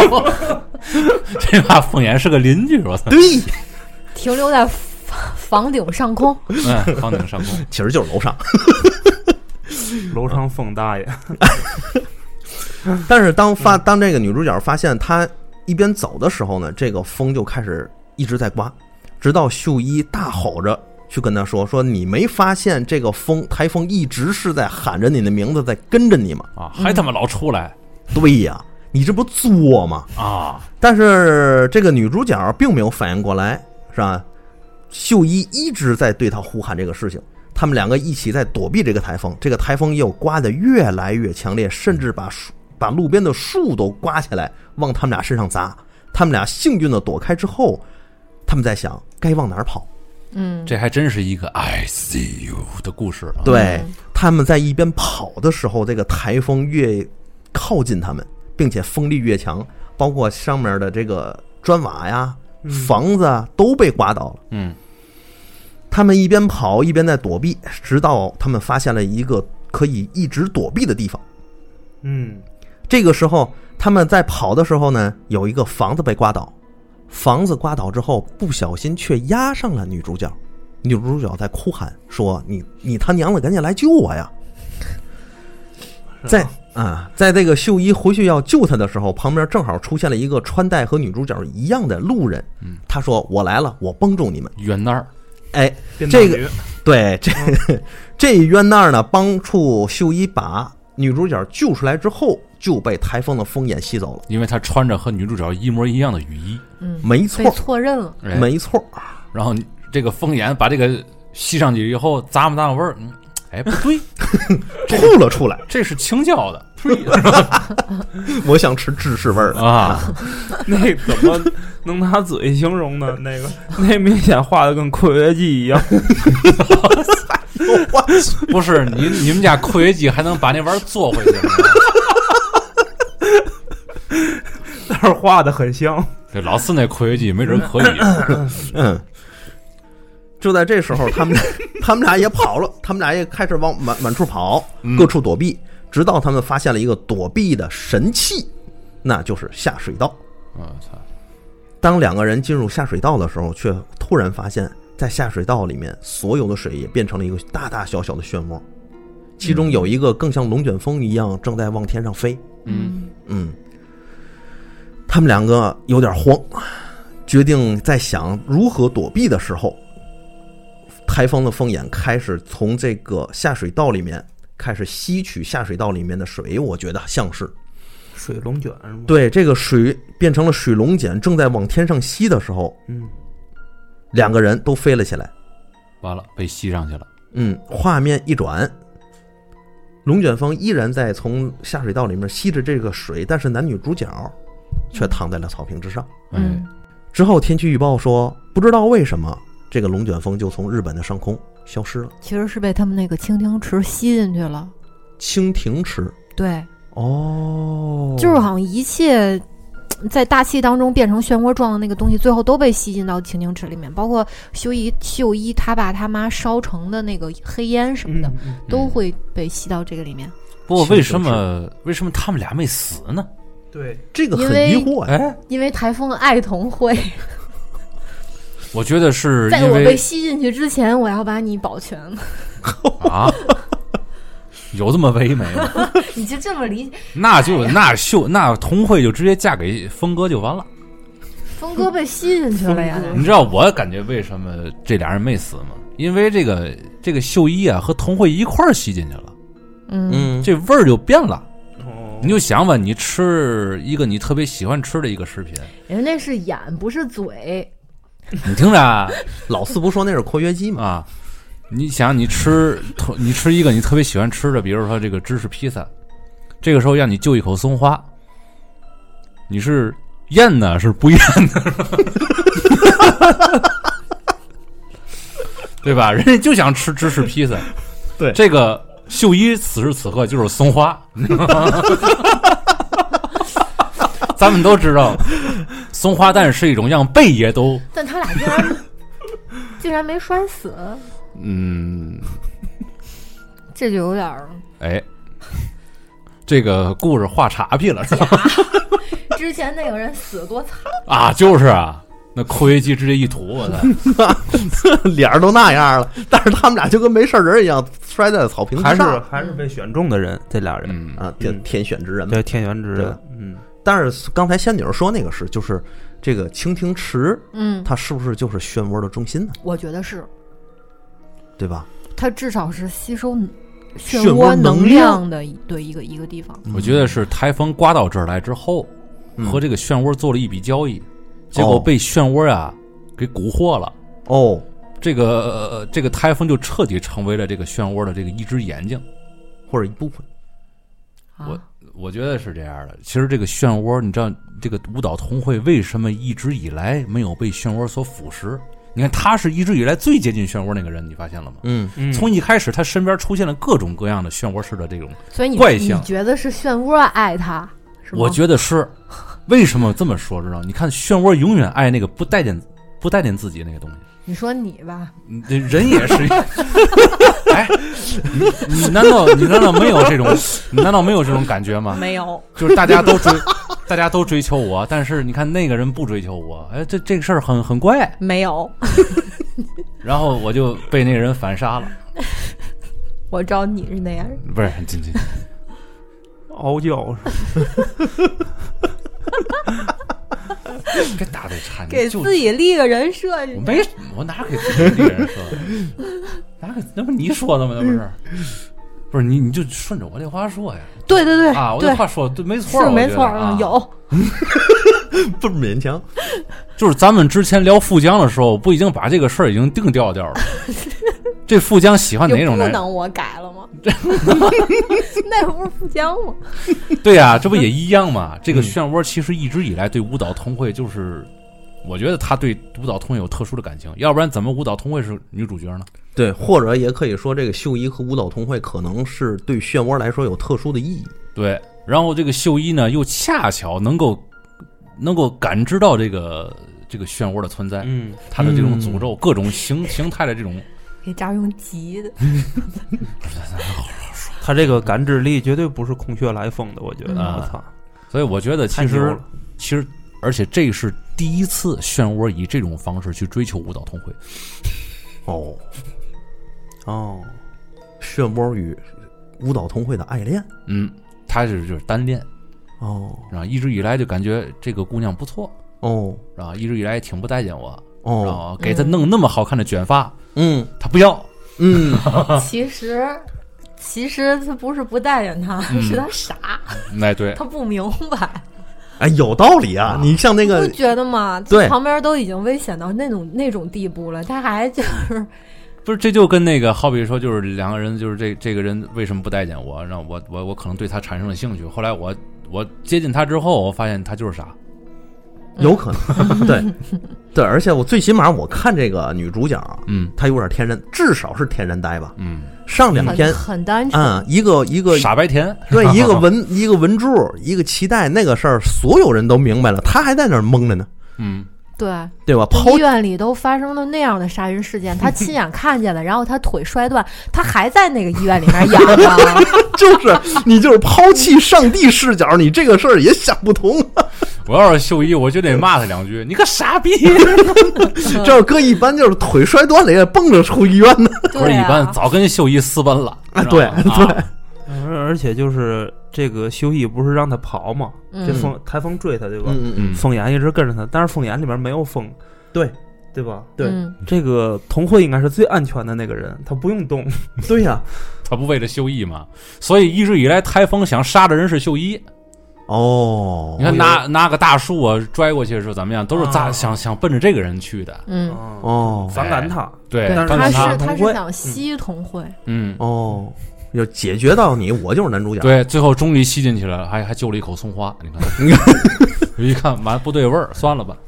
这把风眼是个邻居，我操！ 对， 停留在房顶上空。 房顶上空， 其实就是楼上。 楼上风大爷。 但是当这个女主角发现她一边走的时候呢，这个风就开始一直在刮，直到秀一大吼着去跟她说你没发现这个台风一直是在喊着你的名字在跟着你吗？ 啊，还他妈老出来。 对呀，你这不作吗？啊！但是这个女主角并没有反应过来，是吧？秀一一直在对她呼喊这个事情，他们两个一起在躲避这个台风，这个台风又刮得越来越强烈，甚至把路边的树都刮起来往他们俩身上砸。他们俩幸运的躲开之后，他们在想该往哪儿跑。 这还真是一个 I see you 的故事。 对，他们在一边跑的时候，这个台风越靠近他们，并且风力越强，包括上面的这个砖瓦呀、房子啊都被刮倒了。他们一边跑一边在躲避，直到他们发现了一个可以一直躲避的地方。这个时候他们在跑的时候呢，有一个房子被刮倒，房子刮倒之后不小心却压上了女主角。女主角在哭喊说你他娘的赶紧来救我呀。在这个秀一回去要救她的时候，旁边正好出现了一个穿戴和女主角一样的路人。他说我来了，我帮助你们。 冤那儿， 这个对这冤那儿呢，帮助秀一把女主角救出来之后，就被台风的风眼吸走了， 因为她穿着和女主角一模一样的雨衣。 没错， 被错认了。 没错。 然后这个风眼把这个吸上去以后，咂摸味儿，不对， 吐了出来， 这是青椒的。 我想吃芝士味儿啊！那怎么能拿嘴形容呢？那明显画的跟括约肌一样。 不是你们家括约肌还能把那玩意儿做回去吗？ 但是画的很像。 这老四那括约肌没准可以。 就在这时候，他们俩也跑了，他们俩也开始往满处跑，各处躲避，直到他们发现了一个躲避的神器，那就是下水道。当两个人进入下水道的时候，却突然发现在下水道里面所有的水也变成了一个大大小小的漩涡，其中有一个更像龙卷风一样正在往天上飞。他们两个有点慌，决定在想如何躲避的时候，台风的风眼开始从这个下水道里面开始吸取下水道里面的水，我觉得像是水龙卷是吗？ 对，这个水变成了水龙卷，正在往天上吸的时候，两个人都飞了起来， 完了被吸上去了。 画面一转，龙卷风依然在从下水道里面吸着这个水，但是男女主角却躺在了草坪之上。之后天气预报说，不知道为什么这个龙卷风就从日本的上空消失了。 其实是被他们那个蜻蜓池吸进去了。 蜻蜓池？对。 就是好像一切在大气当中变成漩涡状的那个东西，最后都被吸进到蜻蜓池里面，包括秀一他爸他妈烧成的那个黑烟什么的，都会被吸到这个里面。 不过为什么他们俩没死呢？ 对， 这个很疑惑。 因为台风爱同会。 我觉得是在我被吸进去之前，我要把你保全了。 啊？有这么唯美吗？ 你就这么理解？ 那童慧就直接嫁给峰哥就完了。 峰哥被吸进去了呀！ 你知道我感觉为什么这俩人没死吗？因为这个秀一啊和童慧一块儿吸进去了，这味儿就变了。你就想吧，你吃一个你特别喜欢吃的一个食品， 人那是眼不是嘴。 你听着啊， 老四不说那是括约肌吗？ 啊，你想你吃一个你特别喜欢吃的，比如说这个芝士披萨，这个时候让你就一口松花，你是咽呢是不咽的？对吧？人家就想吃芝士披萨， 对， 这个秀一此时此刻就是松花。咱们都知道松花蛋是一种让贝爷都， 但他俩竟然没摔死。这就有点儿这个故事画岔劈了是吧？ 之前那个人死得多惨啊！就是啊，那括约肌直接一吐，我操， 脸都那样了，但是他们俩就跟没事人一样摔在草坪之上， 还是被选中的人，这俩人天选之人， 对，天选之人。 但是刚才仙女说那个是，就是这个蜻蜓池，它是不是就是漩涡的中心呢？ 我觉得是， 对吧？ 它至少是吸收漩涡能量的一个地方。 我觉得是台风刮到这儿来之后，和这个漩涡做了一笔交易，结果被漩涡啊给蛊惑了。这个台风就彻底成为了这个漩涡的这个一只眼睛， 或者一部分。 我觉得是这样的。其实这个漩涡，你知道这个舞蹈同会为什么一直以来没有被漩涡所腐蚀？你看他是一直以来最接近漩涡那个人，你发现了吗？从一开始他身边出现了各种各样的漩涡式的这种怪象。 你觉得是漩涡爱他？是吗？ 我觉得是。为什么这么说？知道？你看漩涡永远爱那个不待见自己那个东西。 你说你吧， 人也是。哎，你难道没有这种？你难道没有这种感觉吗？ 没有， 就是大家都追求我，但是你看那个人不追求我，哎，这个事儿很怪。 没有。 然后我就被那个人反杀了。 我知道你是那样， 不是， 傲娇是。 别打这岔， 给自己立个人设。 我哪给自己立个人设？那不你说的吗？那不是，不是你就顺着我这话说呀。 对啊，我这话说对，没错， 是没错，有。 不勉强。 就是咱们之前聊富江的时候，不已经把这个事儿已经定调了？这富江喜欢哪种人？ 不能我改了吗？那不是富江吗？ 对呀，这不也一样吗？这个漩涡其实一直以来对舞蹈同会，就是我觉得他对舞蹈同会有特殊的感情，要不然怎么舞蹈同会是女主角呢？ 对，或者也可以说，这个秀一和舞蹈同会可能是对漩涡来说有特殊的意义。 对，然后这个秀一呢，又恰巧能够感知到这个漩涡的存在，他的这种诅咒，各种形态的这种。 给这儿用急的。 他这个感知力绝对不是空穴来风的，我觉得。我操！ 所以我觉得其实，而且这是第一次漩涡以这种方式去追求舞蹈同会。 漩涡与舞蹈同会的爱恋。 他就是单恋。然后一直以来就感觉这个姑娘不错。然后一直以来也挺不待见我。然后给她弄那么好看的卷发。他不要。 其实他不是不待见他，是他傻。 对， 他不明白。 哎，有道理啊！你像那个， 不觉得吗？ 对， 旁边都已经危险到那种地步了，他还就是不是？这就跟那个，好比说，就是两个人，就是这个人为什么不待见我？让我可能对他产生了兴趣。后来我接近他之后，我发现他就是傻。 有可能。对，而且我最起码我看这个女主角，她有点天然，至少是天然呆吧。上两天很单纯， 一个傻白甜。 对，一个文柱，一个脐带，那个事儿所有人都明白了，她还在那儿懵着呢。 对吧？ 医院里都发生了那样的杀人事件，他亲眼看见了，然后他腿摔断，他还在那个医院里面养着。 就是你就是抛弃上帝视角，你这个事儿也想不通。 我要是秀一，我就得骂他两句，你个傻逼！ 这要搁一般就是腿摔断了也蹦着出医院呢。 不是一般，早跟秀一私奔了。 对。 而且就是这个秀一不是让他跑吗？这台风追他对吧？风眼一直跟着他，但是风眼里面没有风，对吧？ 对， 这个同会应该是最安全的那个人，他不用动。 对呀， 他不为了秀一吗？所以一直以来台风想杀的人是秀一。你看拿个大树啊拽过去是怎么样，都是想奔着这个人去的。 反感他。 对， 但是他是想吸同会。 要解决到你，我就是男主角。 对，最后终于吸进去了，还救了一口松花。你看，一看蛮不对味儿，算了吧。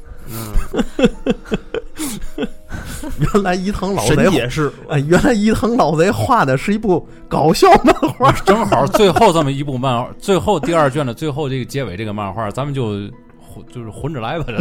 原来伊藤老贼也是， 原来伊藤老贼画的是一部搞笑漫画。 正好最后这么一部漫画，最后第二卷的最后这个结尾这个漫画，咱们就就是混着来吧。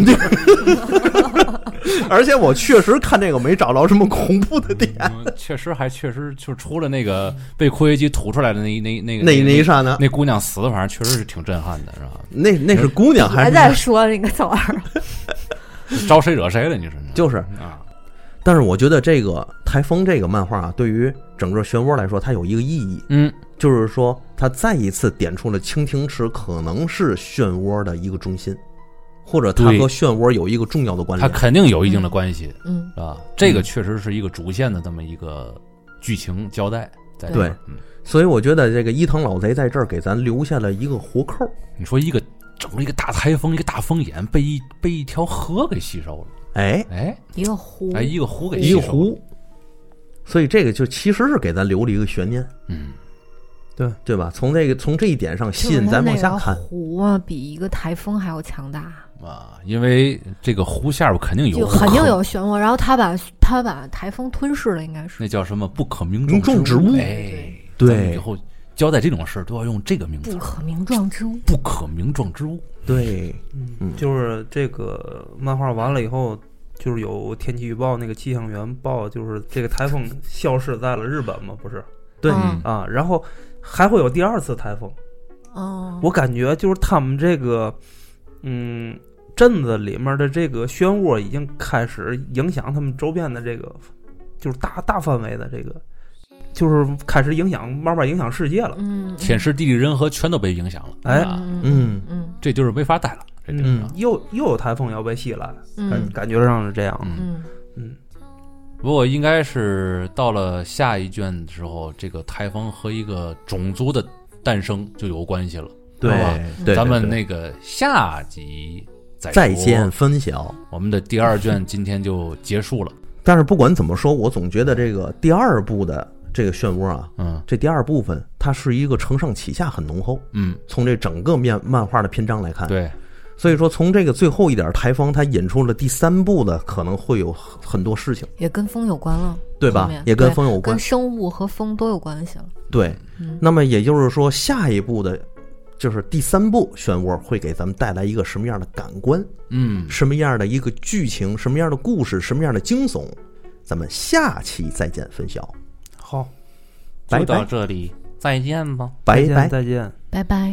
而且我确实看这个没找着什么恐怖的点， 确实就除了那个被括约肌吐出来的那一刹那， 那姑娘死的反正确实是挺震撼的，是吧？ 那是姑娘还是？ 还在说那个词儿， 招谁惹谁了？你说就是啊。 但是我觉得这个台风这个漫画啊，对于整个漩涡来说，它有一个意义，就是说它再一次点出了蜻蜓池可能是漩涡的一个中心，或者它和漩涡有一个重要的关联， 它肯定有一定的关系，啊，这个确实是一个主线的这么一个剧情交代在这儿。 对，所以我觉得这个伊藤老贼在这儿给咱留下了一个活扣。 你说整个一个大台风，一个大风眼被一条河给吸收了。 一个湖， 一个湖给一个湖，所以这个就其实是给咱留了一个悬念，对吧？从这一点上吸引咱往下看。 湖啊，比一个台风还要强大啊！因为这个湖下边肯定有漩涡，然后他把台风吞噬了，应该是那叫什么不可名状之物？对， 以后交代这种事都要用这个名字， 不可名状之物， 不可名状之物。 对， 就是这个漫画完了以后，就是有天气预报那个气象员报，就是这个台风消失在了日本嘛，不是？ 对啊，然后还会有第二次台风。我感觉就是他们这个镇子里面的这个漩涡已经开始影响他们周边的这个，就是大范围的这个。就是开始慢慢影响世界了， 天时地利人和全都被影响了，这就是没法待了， 又有台风要被袭来，感觉上是这样， 不过应该是到了下一卷的时候，这个台风和一个种族的诞生就有关系了， 对吧？ 咱们那个下集再见分晓， 我们的第2卷今天就结束了。 但是不管怎么说，我总觉得这个第2部的这个漩涡啊，这第2部分它是一个承上启下很浓厚，从这整个漫画的篇章来看， 对， 所以说从这个最后一点台风，它引出了第3部的可能会有很多事情， 也跟风有关了， 对吧？也跟风有关， 跟生物和风都有关系了。 对，那么也就是说，下一部的，就是第3部漩涡会给咱们带来一个什么样的感官？什么样的一个剧情？什么样的故事？什么样的惊悚？咱们下期再见分晓。 好， 就到这里，再见吧， 拜拜， 再见， 拜拜。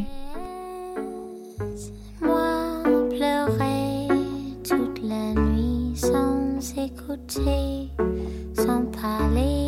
sans écouter, sans parler.